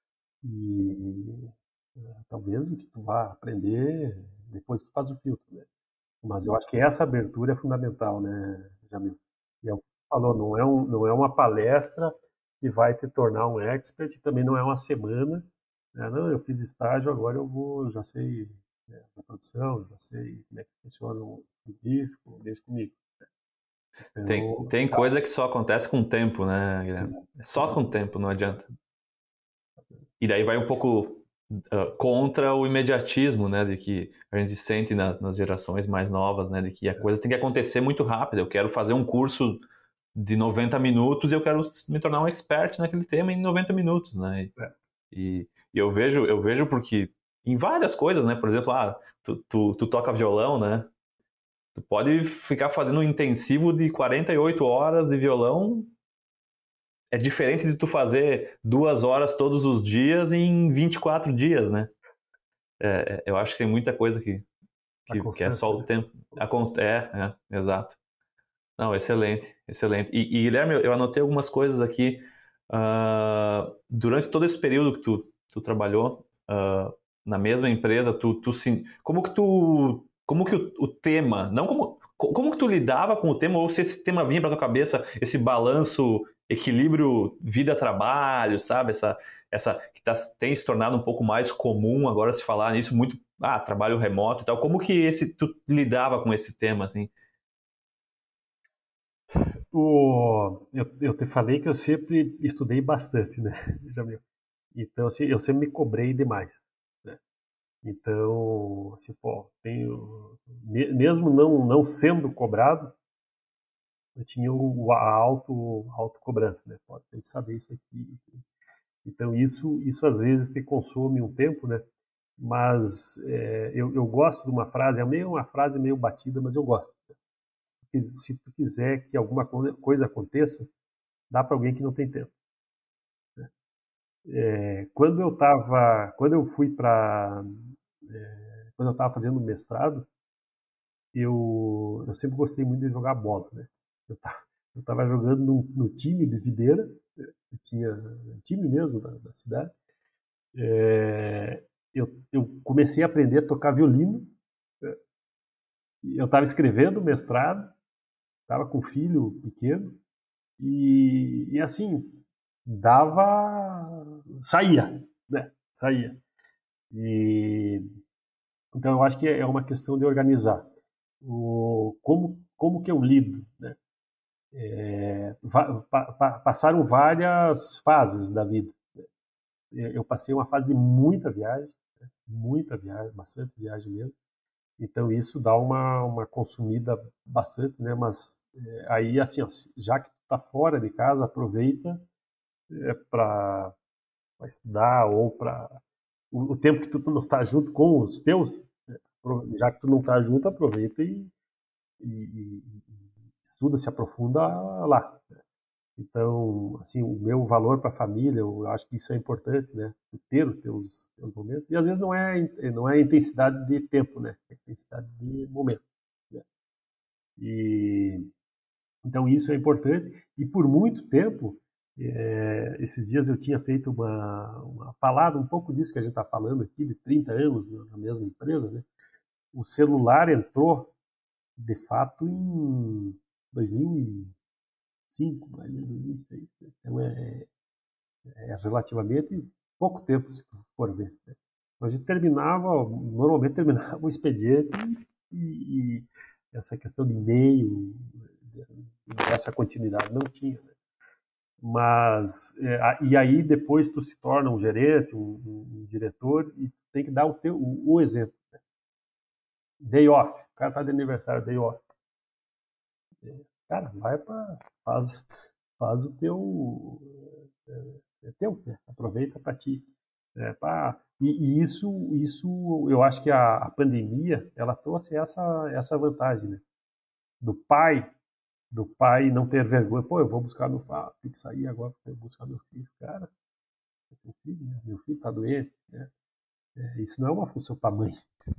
E talvez o que tu vá aprender, depois tu faz o filtro, né? Mas eu acho que essa abertura é fundamental, né, Jamil? E é o que tu falou, não é, um, não é uma palestra que vai te tornar um expert, também não é uma semana, né? Não, eu fiz estágio, agora eu vou, já sei né, a produção, já sei como é que funciona o frigorífico, deixa comigo. Então, Tem, tem coisa que só acontece com o tempo, né, Guilherme? Só com o tempo, não adianta. E daí vai um pouco uh, contra o imediatismo, né, de que a gente sente na, nas gerações mais novas, né, de que a coisa tem que acontecer muito rápido. Eu quero fazer um curso de noventa minutos e eu quero me tornar um expert naquele tema em noventa minutos, né? É. E, e eu vejo, eu vejo porque em várias coisas, né? Por exemplo, ah, tu, tu, tu toca violão, né? Tu pode ficar fazendo um intensivo de quarenta e oito horas de violão. É diferente de tu fazer duas horas todos os dias em vinte e quatro dias, né? É, eu acho que tem muita coisa que, que, que é só o né? tempo. A const... É, é, exato. Não, excelente, excelente. E, e Guilherme, eu anotei algumas coisas aqui. Uh, durante todo esse período que tu, tu trabalhou uh, na mesma empresa, tu, tu sim, como que tu, como que o, o tema, não como, como que tu lidava com o tema, ou se esse tema vinha para tua cabeça, esse balanço, equilíbrio vida-trabalho, sabe? Essa, essa que tá, tem se tornado um pouco mais comum agora se falar nisso, muito, ah, trabalho remoto e tal. Como que esse, tu lidava com esse tema, assim? O, eu, eu te falei que eu sempre estudei bastante, né, Jamil? Então, assim, eu sempre me cobrei demais, né? Então, assim, pô, tenho, mesmo não, não sendo cobrado, eu tinha o, a auto, autocobrança, né? Pô, tem que saber isso aqui. Então, isso, isso às vezes te consome um tempo, né? Mas é, eu, eu gosto de uma frase, é meio uma frase meio batida, mas eu gosto. Se tu quiser que alguma coisa aconteça, dá para alguém que não tem tempo. Né? É, quando eu tava, quando eu fui para, é, quando eu estava fazendo mestrado, eu, eu sempre gostei muito de jogar bola, né? Eu tava, eu tava jogando no, no time de Videira, eu tinha um time mesmo da, da cidade. É, eu, eu comecei a aprender a tocar violino. Eu estava escrevendo mestrado, estava com um filho pequeno, e, e assim, dava. saía, né? Saía. E, então, eu acho que é uma questão de organizar. O, como, como que eu lido, né? É, va, pa, pa, passaram várias fases da vida. Eu passei uma fase de muita viagem, né? Muita viagem, bastante viagem mesmo. Então isso dá uma, uma consumida bastante, né? Mas é, aí, assim, ó, já que tu tá fora de casa, aproveita é, para estudar ou para o, o tempo que tu não tá junto com os teus, né? Já que tu não tá junto, aproveita e, e, e estuda, se aprofunda lá. Então, assim, o meu valor para a família, eu acho que isso é importante, né? Ter os teus, teus momentos. E às vezes não é, não é intensidade de tempo, né? É intensidade de momento. Né? E, então, isso é importante. E por muito tempo, é, esses dias eu tinha feito uma, uma falada um pouco disso que a gente está falando aqui, de trinta anos na mesma empresa, né? O celular entrou, de fato, em dois mil e cinco, mais ou menos dois mil e seis. Então é, é relativamente pouco tempo, se for ver. Né? A gente terminava, normalmente terminava o expediente e, e essa questão de e-mail, essa continuidade não tinha. Né? Mas, é, e aí depois tu se torna um gerente, um, um diretor e tem que dar o, teu, o, o exemplo. Né? Day off, o cara tá de aniversário, day off. Cara, vai para faz, faz o teu é, é teu, né? Aproveita para ti. É, pra, e, e isso, isso, eu acho que a, a pandemia ela trouxe essa essa vantagem, né? Do pai, do pai não ter vergonha. Pô, eu vou buscar meu filho, ah, tem que sair agora para buscar meu filho, cara. Meu filho, né? Meu filho está doente, né? É, isso não é uma função para mãe.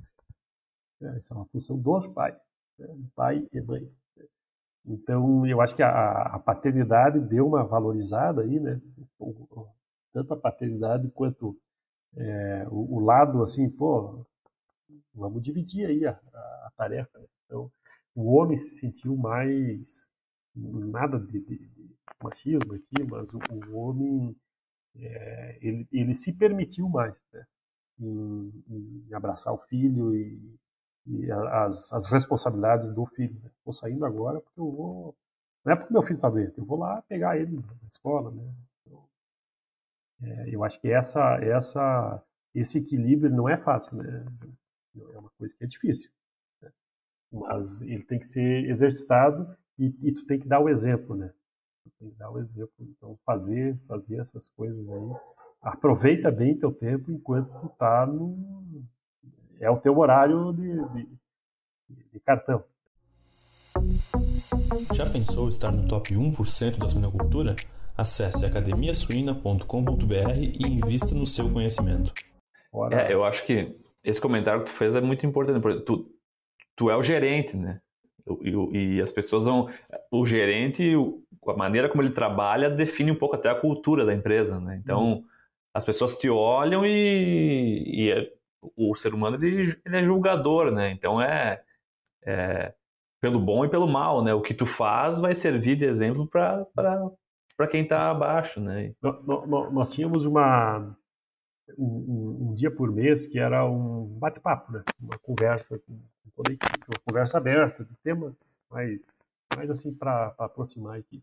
É, isso é uma função dos pais, né? Pai e mãe. Então, eu acho que a, a paternidade deu uma valorizada aí, né? Tanto a paternidade quanto é, o, o lado, assim, pô, vamos dividir aí a, a, a tarefa. Né? Então, o homem se sentiu mais, nada de, de, de machismo aqui, mas o, o homem, é, ele, ele se permitiu mais, né? Em, em abraçar o filho e e as, as responsabilidades do filho. Né? Estou saindo agora porque eu vou... Não é porque meu filho está doente, eu vou lá pegar ele na escola. Né? Então, é, eu acho que essa, essa, esse equilíbrio não é fácil. Né? É uma coisa que é difícil. Né? Mas ele tem que ser exercitado e, e tu tem que dar o exemplo. Né? Tu tem que dar o exemplo. Então, fazer, fazer essas coisas aí. Aproveita bem teu tempo enquanto tu está no... É o teu horário de, de, de cartão. Já pensou estar no top um por cento da suinocultura? Acesse academia suína ponto com ponto b r e invista no seu conhecimento. É, eu acho que esse comentário que tu fez é muito importante. Porque tu, tu é o gerente, né? E, e as pessoas vão... O gerente, a maneira como ele trabalha, define um pouco até a cultura da empresa, né? Então, Isso. As pessoas te olham e... e é, o ser humano ele, ele é julgador, né? Então é, é pelo bom e pelo mal, né? O que tu faz vai servir de exemplo para para quem está abaixo, né? Nós, nós tínhamos uma um, um dia por mês que era um bate-papo, né? Uma conversa com toda a equipe, uma conversa aberta de temas mais mais assim para aproximar a equipe.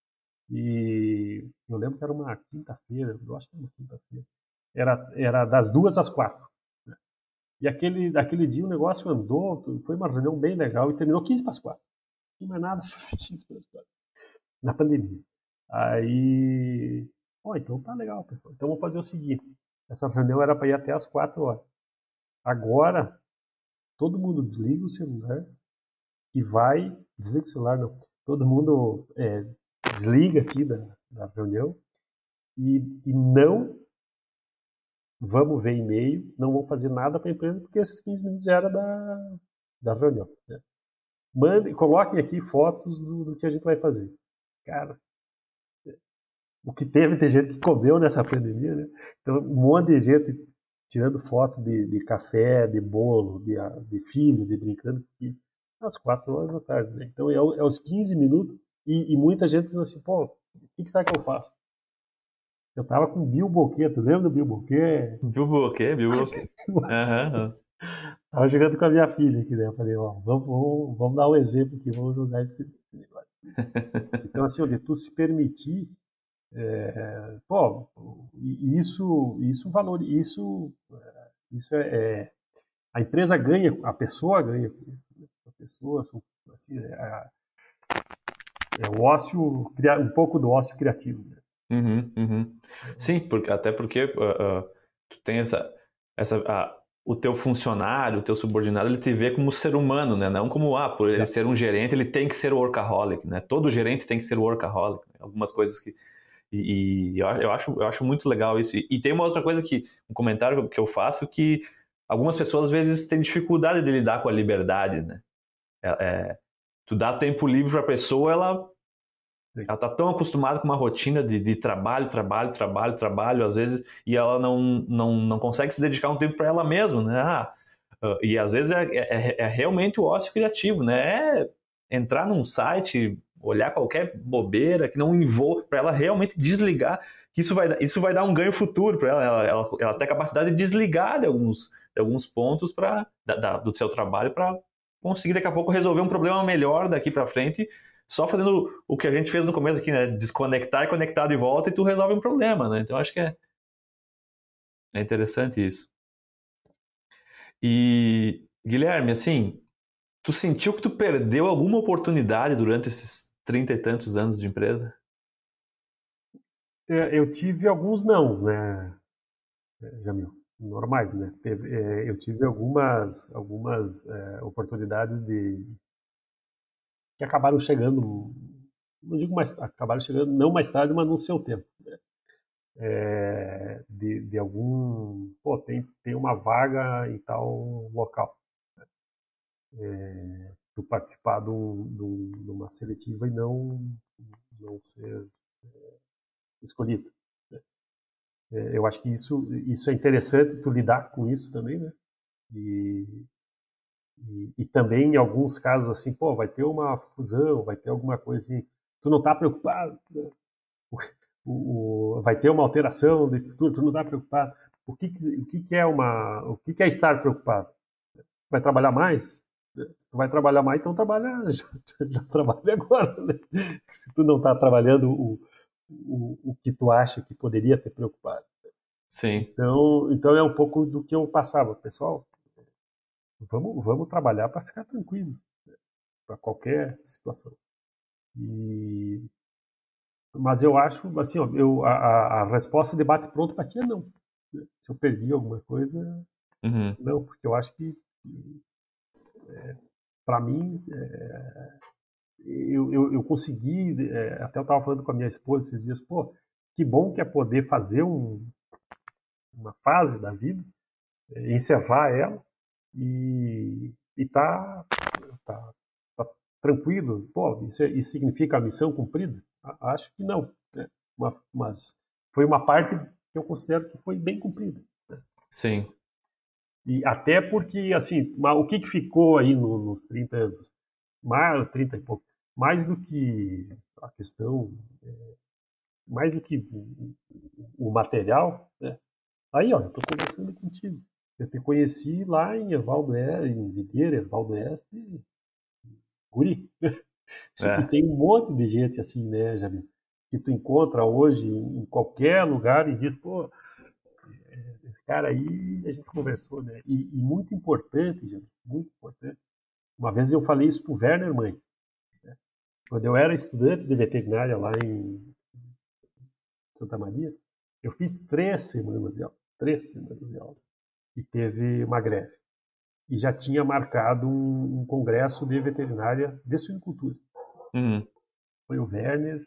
E eu lembro que era uma quinta-feira, eu acho que era uma quinta-feira, era era das duas às quatro. E aquele, aquele dia o negócio andou, foi uma reunião bem legal e terminou quinze para as quatro. Não tinha mais nada para fazer quinze para as quatro. Na pandemia. Aí, ó, oh, então tá legal, pessoal. Então vamos fazer o seguinte. Essa reunião era para ir até as quatro horas. Agora, todo mundo desliga o celular e vai... Desliga o celular, não. Todo mundo é, desliga aqui da, da reunião e, e não... Vamos ver e-mail, não vamos fazer nada para a empresa, porque esses quinze minutos já era da, da reunião. Né? Mande, coloquem aqui fotos do, do que a gente vai fazer. Cara, o que teve de gente que comeu nessa pandemia, né? Então, um monte de gente tirando foto de, de café, de bolo, de, de filho, de brincando, e às quatro horas da tarde, né? Então, é, é aos quinze minutos, e, e muita gente dizendo assim, pô, o que, que será que eu faço? Eu tava com o Bill Boquet, tu lembra do Bill Boquet? Bill Boquet, Bill Boquet. Aham. Tava jogando com a minha filha aqui, né? Eu falei, ó, vamos, vamos, vamos dar um exemplo aqui, vamos jogar esse negócio. Então, assim, de tu se permitir, é, pô, isso, isso valor, isso, isso é, é, a empresa ganha, a pessoa ganha com isso, né? A pessoa, assim, é, é o ócio, um pouco do ócio criativo, né? Uhum, uhum. Sim, porque, até porque uh, uh, tu tem essa, essa uh, o teu funcionário, o teu subordinado, ele te vê como ser humano, né? Não como, ah, por ele é. ser um gerente, ele tem que ser workaholic, né? Todo gerente tem que ser workaholic, né? Algumas coisas que... E, e eu, eu, acho, eu acho muito legal isso. E, e tem uma outra coisa que, um comentário que eu faço, que algumas pessoas às vezes têm dificuldade de lidar com a liberdade, né? É, é, tu dá tempo livre para a pessoa, ela... Ela está tão acostumada com uma rotina de, de trabalho, trabalho, trabalho, trabalho, às vezes, e ela não, não, não consegue se dedicar um tempo para ela mesma, né? Ah, e às vezes é, é, é realmente o ócio criativo, né? É entrar num site, olhar qualquer bobeira que não envolva, para ela realmente desligar, que isso vai, isso vai dar um ganho futuro para ela. Ela, ela. Ela tem a capacidade de desligar de alguns, de alguns pontos pra, da, da, do seu trabalho para conseguir daqui a pouco resolver um problema melhor daqui para frente, só fazendo o que a gente fez no começo aqui, né? Desconectar e conectar de volta e tu resolve um problema, né? Então acho que é, é interessante isso. E, Guilherme, assim, tu sentiu que tu perdeu alguma oportunidade durante esses trinta e tantos anos de empresa? Eu tive alguns nãos, né, Jamil? Normais, né? Teve, eu tive algumas, algumas é, oportunidades de que acabaram chegando, não digo mais, acabaram chegando não mais tarde, mas no seu tempo, né? É, de, de algum, pô, tem, tem uma vaga em tal local, né? É, tu participar de, um, de uma seletiva e não, não ser é, escolhido, né? É, eu acho que isso, isso é interessante, tu lidar com isso também, né? E, e, e também em alguns casos assim, pô, vai ter uma fusão, vai ter alguma coisa assim, tu não tá preocupado, né? O, o, vai ter uma alteração da estrutura, tu não está preocupado. O que, o que, que é uma, o que, que é estar preocupado? Vai trabalhar mais? Se tu vai trabalhar mais, então trabalha, já, já trabalha agora, né? Se tu não está trabalhando o, o, o que tu acha que poderia ter preocupado. Sim. Então, então é um pouco do que eu passava, pessoal. Vamos, vamos trabalhar para ficar tranquilo, né? Para qualquer situação. E mas eu acho, assim, ó, eu, a, a resposta de bate pronto para ti é não. Se eu perdi alguma coisa, uhum. não, porque eu acho que, é, para mim, é, eu, eu, eu consegui, é, até eu estava falando com a minha esposa esses dias, pô, que bom que é poder fazer um, uma fase da vida, é, encerrar ela e, e tá, tá, tá tranquilo. Pô, isso, é, isso significa a missão cumprida? Acho que não, né? Uma, mas foi uma parte que eu considero que foi bem cumprida, né? Sim. E até porque, assim, o que, que ficou aí no, nos trinta anos? Mais, trinta e pouco. Mais do que a questão, é, mais do que o, o material, né? Aí, ó, eu estou conversando contigo. Eu te conheci lá em Evaldo Oeste, em Videira, Evaldo Oeste, Guri. É. E tem um monte de gente assim, né, Jamil? Que tu encontra hoje em qualquer lugar e diz, pô, esse cara aí a gente conversou, né? E, e muito importante, Jamil, muito importante. Uma vez eu falei isso pro Werner Mãe, né? Quando eu era estudante de veterinária lá em Santa Maria, eu fiz três semanas de aula, três semanas de aula, e teve uma greve. E já tinha marcado um, um congresso de veterinária de suinocultura. Uhum. Foi o Werner,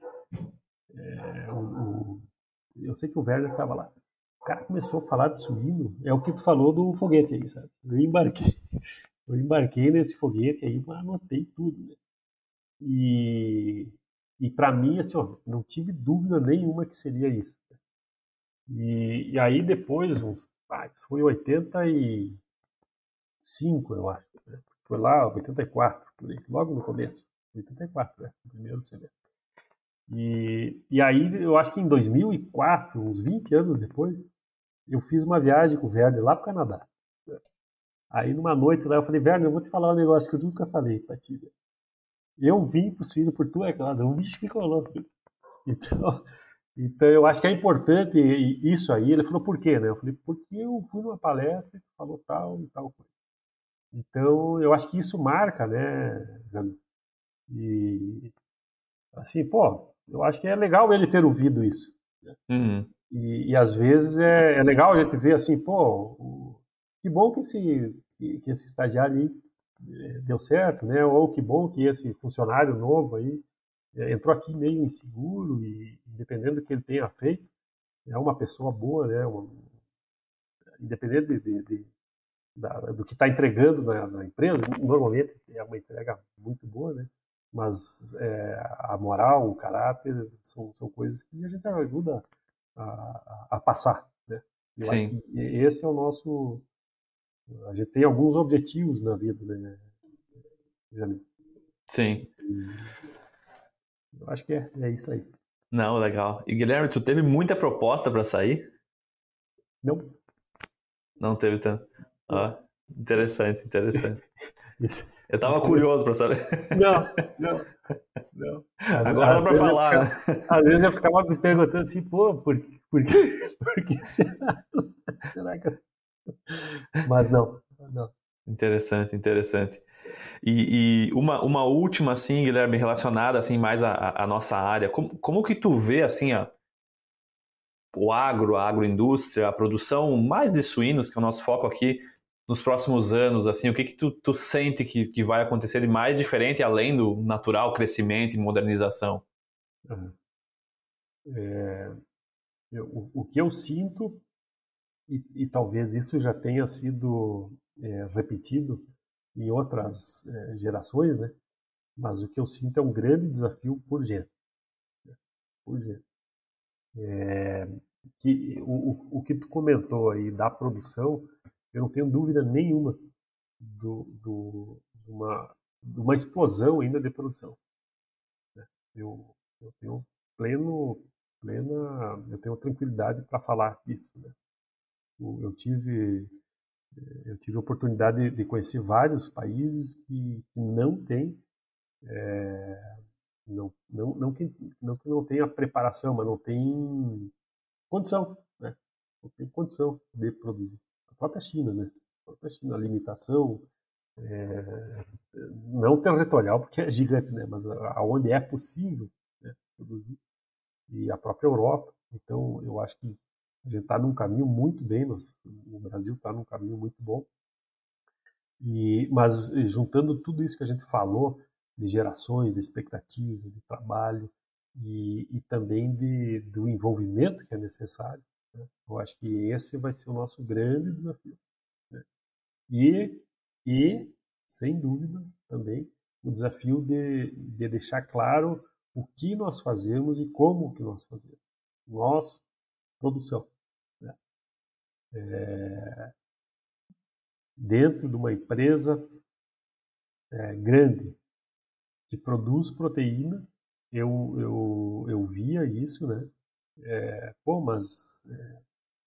é, o, o, eu sei que o Werner estava lá. O cara começou a falar de suíno, é o que tu falou do foguete aí, sabe? Eu embarquei, eu embarquei nesse foguete aí, mas anotei tudo, né? E, e para mim, assim, ó, não tive dúvida nenhuma que seria isso. E, e aí depois, uns, ah, isso foi oitenta e cinco, eu acho. Né? Foi lá, oitenta e quatro, por aí, logo no começo. oitenta e quatro, né? O primeiro semestre. E, e aí, eu acho que em dois mil e quatro, uns vinte anos depois, eu fiz uma viagem com o Werner lá pro Canadá. Aí numa noite lá eu falei, Werner, eu vou te falar um negócio que eu nunca falei pra ti. Eu vim pros filhos por tua casa, um bicho que colou. Então, então eu acho que é importante isso aí. Ele falou, por quê? Né? Eu falei, porque eu fui numa palestra e tu falou tal e tal coisa. Então, eu acho que isso marca, né, Jano? E, assim, pô, eu acho que é legal ele ter ouvido isso. Né? Uhum. E, e às vezes é, é legal a gente ver assim, pô, o, que bom que esse, que esse estagiário aí é, deu certo, né? Ou que bom que esse funcionário novo aí é, entrou aqui meio inseguro e, dependendo do que ele tenha feito, é uma pessoa boa, né? Uma, independente de, de, de, da, do que está entregando na, na empresa, normalmente é uma entrega muito boa, né? Mas é, a moral, o caráter, são, são coisas que a gente ajuda a, a, a passar, né? Eu Sim. acho que esse é o nosso... A gente tem alguns objetivos na vida, né? Sim. Eu acho que é, é isso aí. Não, legal. E Guilherme, tu teve muita proposta para sair? Não. Não teve tanto. Ah, interessante, interessante. Isso. Eu tava curioso para saber. Não, não, não. Às, Agora às dá para falar, ficava, né? Às vezes eu ficava me perguntando assim, pô, por, por, que, por que será? Será que... Mas não, não. Interessante, interessante. E, e uma, uma última, assim, Guilherme, relacionada assim, mais à, à nossa área. Como, como que tu vê assim, a, o agro, a agroindústria, a produção mais de suínos, que é o nosso foco aqui, nos próximos anos? Assim, o que, que tu, tu sente que, que vai acontecer de mais diferente, além do natural crescimento e modernização? Uhum. É, eu, o, o que eu sinto, e, e talvez isso já tenha sido é, repetido em outras é, gerações, né? Mas o que eu sinto é um grande desafio por gente. Né? Por gente. É, que, o, o que tu comentou aí da produção, eu não tenho dúvida nenhuma do, do, de, uma, de uma explosão ainda de produção. Né? Eu, eu tenho pleno, plena, eu tenho tranquilidade para falar isso. Né? Eu, eu tive eu tive a oportunidade de, de conhecer vários países que, que não têm é, não, não, não, que, não que não tenha preparação, mas não tem condição, né? Não tem condição de produzir. A própria China, né? A própria China, a limitação é, não territorial, porque é gigante, né? Mas aonde é possível, né, produzir. E a própria Europa. Então, eu acho que a gente está num caminho muito bem, nós, o Brasil está num caminho muito bom. E, mas juntando tudo isso que a gente falou, de gerações, de expectativa, de trabalho e, e também de, do envolvimento que é necessário, né? Eu acho que esse vai ser o nosso grande desafio. Né? E, e, sem dúvida, também o desafio de, de deixar claro o que nós fazemos e como que nós fazemos. Nós, produção. Né? É, dentro de uma empresa é, grande, que produz proteína, eu, eu, eu via isso, né? É, pô, mas é,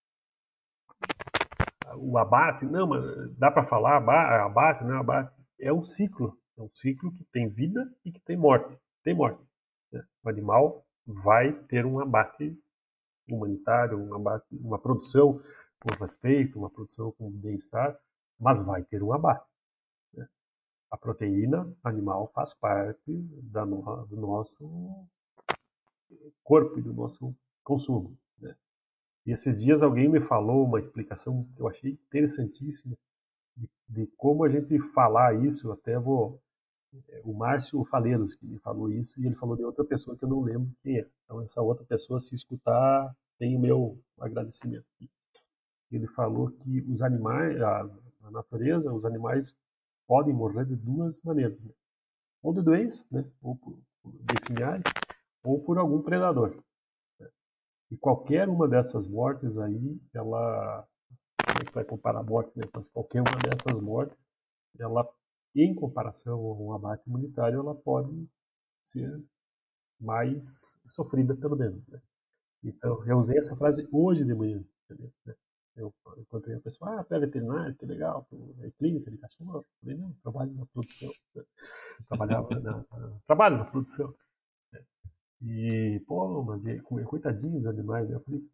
o abate, não, mas dá para falar abate, não é abate, é um ciclo, é um ciclo que tem vida e que tem morte, tem morte. Né? O animal vai ter um abate humanitário, um abate, uma produção com respeito, uma produção com bem-estar, mas vai ter um abate. Né? A proteína animal faz parte da no, do nosso corpo e do nosso consumo. Né? E esses dias alguém me falou uma explicação que eu achei interessantíssima de, de como a gente falar isso. Até vou... O Márcio Faleiros que me falou isso, e ele falou de outra pessoa que eu não lembro quem é. Então, essa outra pessoa, se escutar, tem o meu agradecimento. Ele falou que os animais, a, a natureza, os animais podem morrer de duas maneiras. Né? Ou de doença, né? Ou por, por definhar, ou por algum predador. E qualquer uma dessas mortes aí, ela, como é que vai comparar a morte, né? Mas qualquer uma dessas mortes, ela, em comparação a um abate imunitário, ela pode ser mais sofrida, pelo menos, né? Então, eu usei essa frase hoje de manhã, entendeu? Eu encontrei a pessoa, ah, tu é veterinário, que legal, tu é clínica de cachorro. Eu falei, não, trabalho na produção. Trabalhava na, na, trabalho na produção. E, pô, mas e, coitadinhos dos animais, né? Eu falei,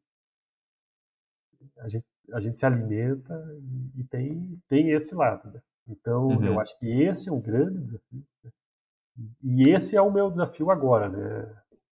a gente, a gente se alimenta e, e tem, tem esse lado, né? Então, Uhum. eu acho que esse é um grande desafio. Né? E esse é o meu desafio agora, né?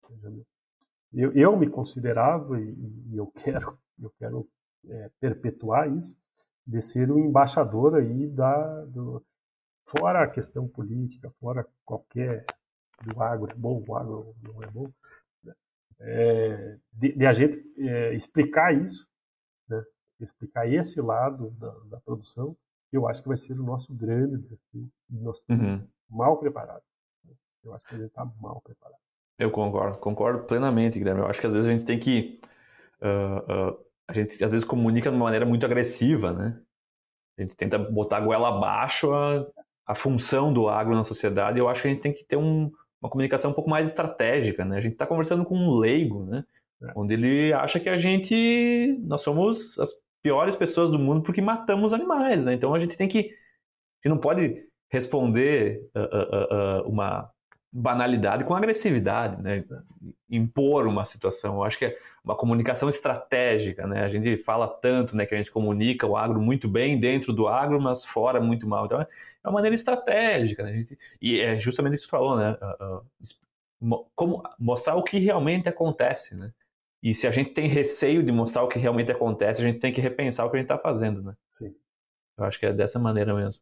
Eu, eu me considerava, e, e eu quero, eu quero é, perpetuar isso, de ser um embaixador aí da, do, fora a questão política, fora qualquer do agro é bom, o agro não é bom, né? É, de, de a gente é, explicar isso, né? Explicar esse lado da, da produção, que eu acho que vai ser o nosso grande desafio, e nós estamos Uhum. mal preparados. Né? Eu acho que a gente está mal preparado. Eu concordo, concordo plenamente, Guilherme. Eu acho que às vezes a gente tem que. Uh, uh, a gente às vezes comunica de uma maneira muito agressiva, né? A gente tenta botar a goela abaixo a, a função do agro na sociedade. E eu acho que a gente tem que ter um, uma comunicação um pouco mais estratégica, né? A gente está conversando com um leigo, né? É. Onde ele acha que a gente. Nós somos as piores pessoas do mundo porque matamos animais, né? Então a gente tem que. A gente não pode responder uh, uh, uh, uma banalidade com agressividade, né? Impor uma situação. Eu acho que é uma comunicação estratégica, né? A gente fala tanto, né, que a gente comunica o agro muito bem dentro do agro, mas fora muito mal. Então é uma maneira estratégica, né? A gente, e é justamente o que você falou, né? Uh, uh, como mostrar o que realmente acontece, né? E se a gente tem receio de mostrar o que realmente acontece, a gente tem que repensar o que a gente está fazendo, né? Sim. Eu acho que é dessa maneira mesmo.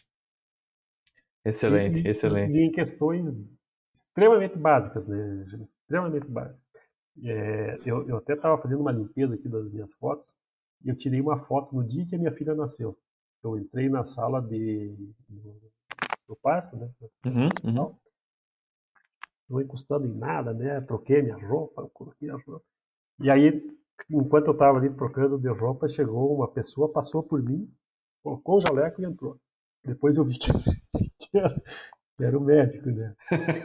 Excelente, e, excelente. E, e em questões extremamente básicas, né? Extremamente básicas. É, eu, eu até estava fazendo uma limpeza aqui das minhas fotos e eu tirei uma foto no dia que a minha filha nasceu. Eu entrei na sala de, do, do parto, né? Uhum, uhum. Não encostando em nada, né? Troquei minha roupa, coloquei a roupa. E aí, enquanto eu estava ali trocando de roupa, chegou uma pessoa, passou por mim, colocou o jaleco e entrou. Depois eu vi que, que, era, que era o médico, né?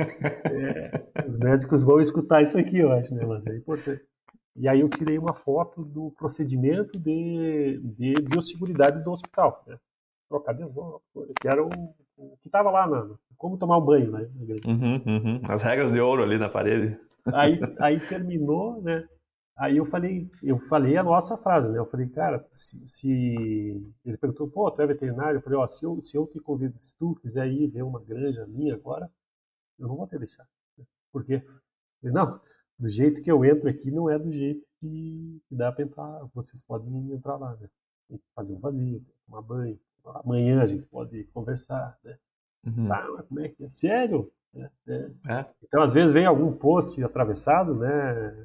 É, os médicos vão escutar isso aqui, eu acho, né? Mas é importante. E aí eu tirei uma foto do procedimento de, de biosseguridade do hospital, né? Trocar de roupa, que era o, o que estava lá, na, como tomar um banho, né? Uhum, uhum. As regras de ouro ali na parede. Aí, aí terminou, né? Aí eu falei, eu falei a nossa frase, né? Eu falei, cara, se, se... ele perguntou, pô, tu é veterinário? Eu falei, ó, se eu, se eu te convido, se tu quiser ir ver uma granja minha agora, eu não vou te deixar. Por quê? Eu falei, não, do jeito que eu entro aqui não é do jeito que, que dá para entrar. Vocês podem entrar lá, né? Tem que fazer um vazio, tomar banho. Amanhã a gente pode conversar, né? Uhum. Tá, mas como é que é? Sério? É, é. É. Então, às vezes, vem algum post atravessado, né?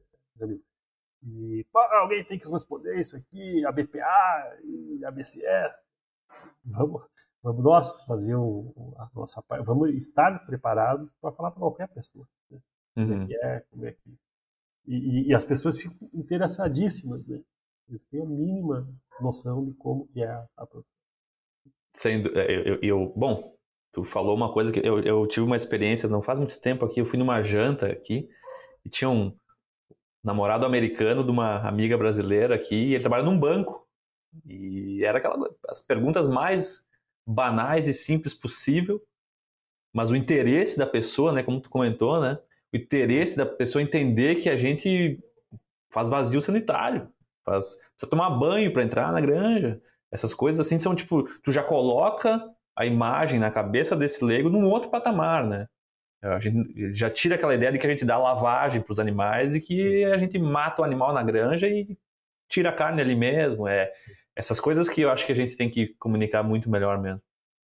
E pô, alguém tem que responder isso aqui, a B P A e a B C S. Vamos, vamos nós fazer o, a nossa parte, vamos estar preparados para falar para qualquer pessoa. Né? Como Uhum. é que é, como é que. E, e, e as pessoas ficam interessadíssimas, né? Eles têm a mínima noção de como que é a, a produção. Sendo, eu, eu, eu, bom, tu falou uma coisa que eu, eu tive uma experiência não faz muito tempo aqui, eu fui numa janta aqui e tinha um namorado americano de uma amiga brasileira aqui e ele trabalha num banco e era aquela as perguntas mais banais e simples possível, mas o interesse da pessoa, né, como tu comentou, né, o interesse da pessoa entender que a gente faz vazio sanitário, faz, precisa tomar banho para entrar na granja. Essas coisas assim são tipo, tu já coloca a imagem na cabeça desse leigo num outro patamar, né? A gente já tira aquela ideia de que a gente dá lavagem para os animais e que a gente mata o animal na granja e tira a carne ali mesmo. É essas coisas que eu acho que a gente tem que comunicar muito melhor mesmo.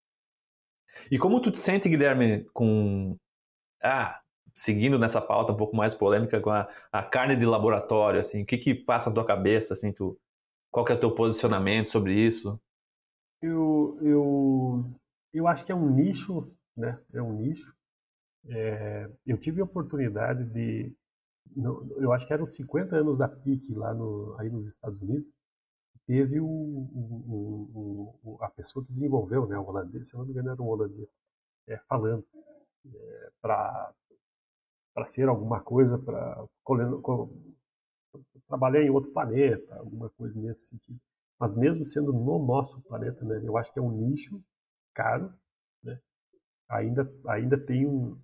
E como tu te sente, Guilherme, com ah, seguindo nessa pauta um pouco mais polêmica com a, a carne de laboratório, assim, o que que passa na tua cabeça, assim, tu, qual que é o teu posicionamento sobre isso? Eu, eu, eu acho que é um nicho, né? É um nicho. É, eu tive a oportunidade de, eu acho que eram cinquenta anos da P I C lá no, aí nos Estados Unidos, teve o, o, o, a pessoa que desenvolveu, né, o holandês, se eu não me engano era um holandês, é, falando é, para para ser alguma coisa, para trabalhar em outro planeta, alguma coisa nesse sentido. Mas mesmo sendo no nosso planeta, né, eu acho que é um nicho caro, né, ainda, ainda tem um,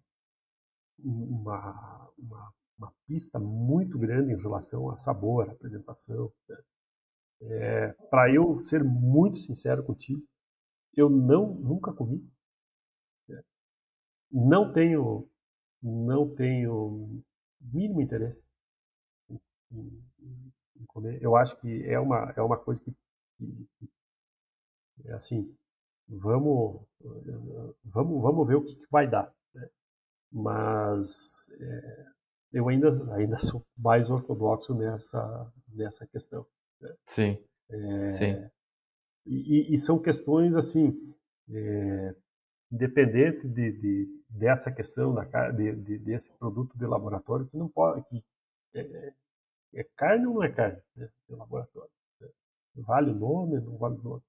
uma, uma, uma pista muito grande em relação a sabor, a apresentação. Né. É, para eu ser muito sincero contigo, eu não nunca comi, né, não tenho não tenho mínimo interesse em, em, em comer. Eu acho que é uma é uma coisa que, que, que é assim, vamos vamos vamos ver o que, que vai dar, né? Mas é, eu ainda ainda sou mais ortodoxo nessa nessa questão, né? Sim, é, sim. E, e são questões assim, é, independente de, de, dessa questão da, de, de, desse produto de laboratório, que não pode, que é, é carne ou não é carne, né, de laboratório, né? Vale o nome, não vale o nome.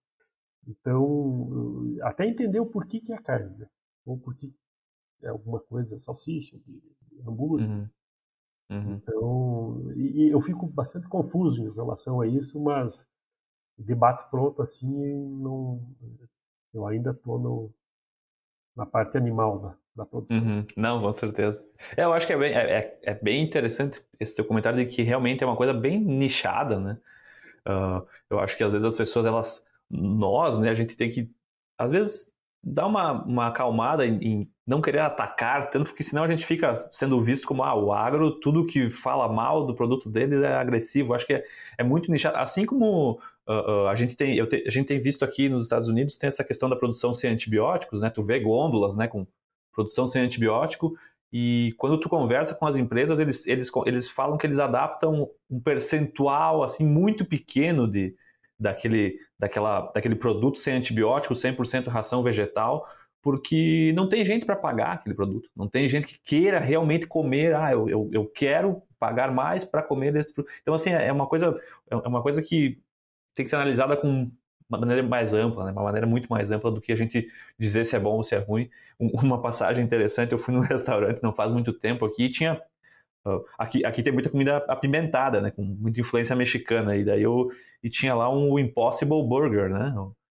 Então, até entender o porquê que é carne, né? Ou porquê é alguma coisa, salsicha, de, de hambúrguer. Uhum. Uhum. Então, e, e eu fico bastante confuso em relação a isso, mas debate pronto assim, não, eu ainda estou no na parte animal da, da produção. Uhum. Não, com certeza. É, eu acho que é bem, é, é, é bem interessante esse teu comentário de que realmente é uma coisa bem nichada, né? Uh, eu acho que às vezes as pessoas, elas, nós, né, a gente tem que, às vezes, dar uma, uma acalmada em, em não querer atacar tanto, porque senão a gente fica sendo visto como, ah, o agro, tudo que fala mal do produto deles é agressivo. Eu acho que é, é muito nichado. Assim como uh, uh, a, gente tem, eu te, a gente tem visto aqui nos Estados Unidos, tem essa questão da produção sem antibióticos, né? Tu vê gôndolas, né, com produção sem antibiótico, e quando tu conversa com as empresas, eles, eles, eles falam que eles adaptam um percentual assim muito pequeno de, daquele, daquela, daquele produto sem antibiótico, cem por cento ração vegetal, porque não tem gente para pagar aquele produto. Não tem gente que queira realmente comer, ah, eu, eu, eu quero pagar mais para comer esse produto. Então, assim, é uma coisa, é uma coisa que tem que ser analisada com uma maneira mais ampla, né? Uma maneira muito mais ampla do que a gente dizer se é bom ou se é ruim. Uma passagem interessante, eu fui num restaurante não faz muito tempo aqui e tinha... Uh, aqui, aqui tem muita comida apimentada, né? Com muita influência mexicana. E daí eu... E tinha lá um Impossible Burger, né?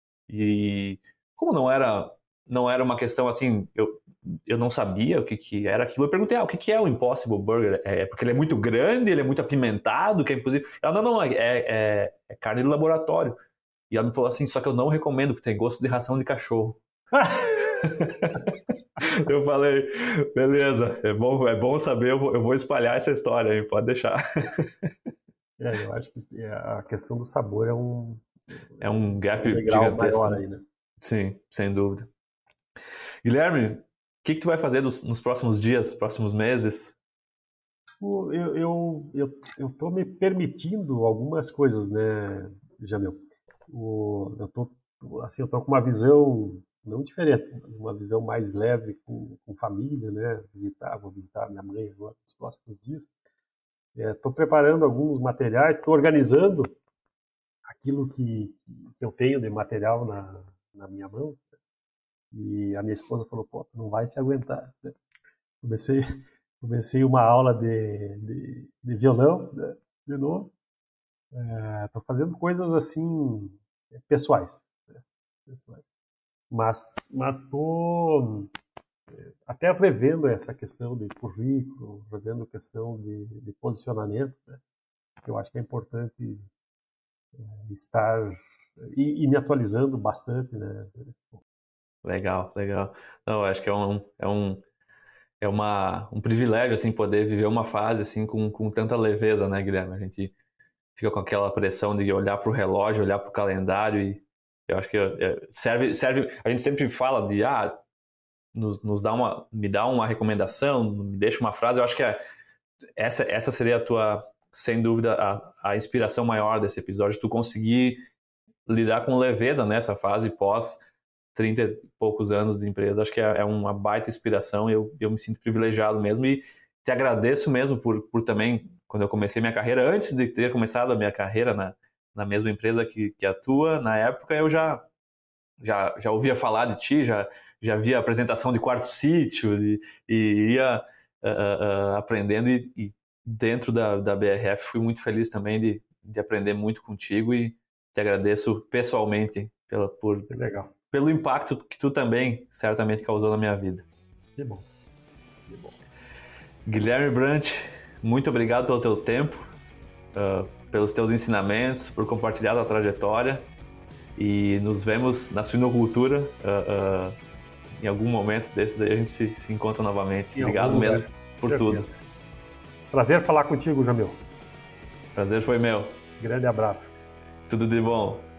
E como não era, não era uma questão assim... Eu, eu não sabia o que, que era aquilo. Eu perguntei, ah, o que, que é o Impossible Burger? É porque ele é muito grande, ele é muito apimentado, que é impossível. Ela, não, não, é, é, é carne de laboratório. E ela me falou assim, só que eu não recomendo, porque tem gosto de ração de cachorro. Eu falei, beleza, é bom, é bom saber, eu vou, eu vou espalhar essa história aí, pode deixar. É, eu acho que a questão do sabor é um... É um gap um degrau gigantesco. maior aí, né? Sim, sem dúvida. Guilherme, o que, que tu vai fazer nos, nos próximos dias, próximos meses? Eu, eu, eu, eu tô me permitindo algumas coisas, né, Jamil? O, eu tô, assim, eu tô com uma visão não diferente, mas uma visão mais leve com, com família, né? Visitar, vou visitar minha mãe agora nos próximos dias. Estou é, preparando alguns materiais, estou organizando aquilo que, que eu tenho de material na, na minha mão. E a minha esposa falou, pô, tu não vai se aguentar, né? Comecei, comecei uma aula de, de, de violão, né? De novo. Estou é, fazendo coisas assim pessoais, né? Pessoais. Mas mas estou até revendo essa questão de currículo, revendo a questão de, de posicionamento, né? Eu acho que é importante é, estar e, e me atualizando bastante, né? Legal, legal. Não, acho que é um, é um, é uma, um privilégio assim poder viver uma fase assim com, com tanta leveza, né, Guilherme? A gente fica com aquela pressão de olhar para o relógio, olhar para o calendário e eu acho que é, serve, serve. A gente sempre fala de ah, nos, nos dá uma, me dá uma recomendação, me deixa uma frase. Eu acho que é, essa, essa seria a tua, sem dúvida, a, a inspiração maior desse episódio. Tu conseguir lidar com leveza nessa fase pós trinta e poucos anos de empresa. Acho que é, é uma baita inspiração e eu, eu me sinto privilegiado mesmo e te agradeço mesmo por, por também, quando eu comecei minha carreira, antes de ter começado a minha carreira na, na mesma empresa que, que atua, na época eu já, já, já ouvia falar de ti, já, já via apresentação de Quarto Sítio e, e ia uh, uh, aprendendo e, e dentro da, da B R F fui muito feliz também de, de aprender muito contigo e te agradeço pessoalmente pela, por, legal. pelo impacto que tu também certamente causou na minha vida. Que bom. Que bom. Guilherme Brant, muito obrigado pelo teu tempo, uh, pelos teus ensinamentos, por compartilhar a trajetória e nos vemos na suinocultura. Uh, uh, em algum momento desses aí a gente se, se encontra novamente. Em Obrigado mesmo lugar. por Certeza. tudo. Prazer falar contigo, Jamil. Prazer foi meu. Grande abraço. Tudo de bom.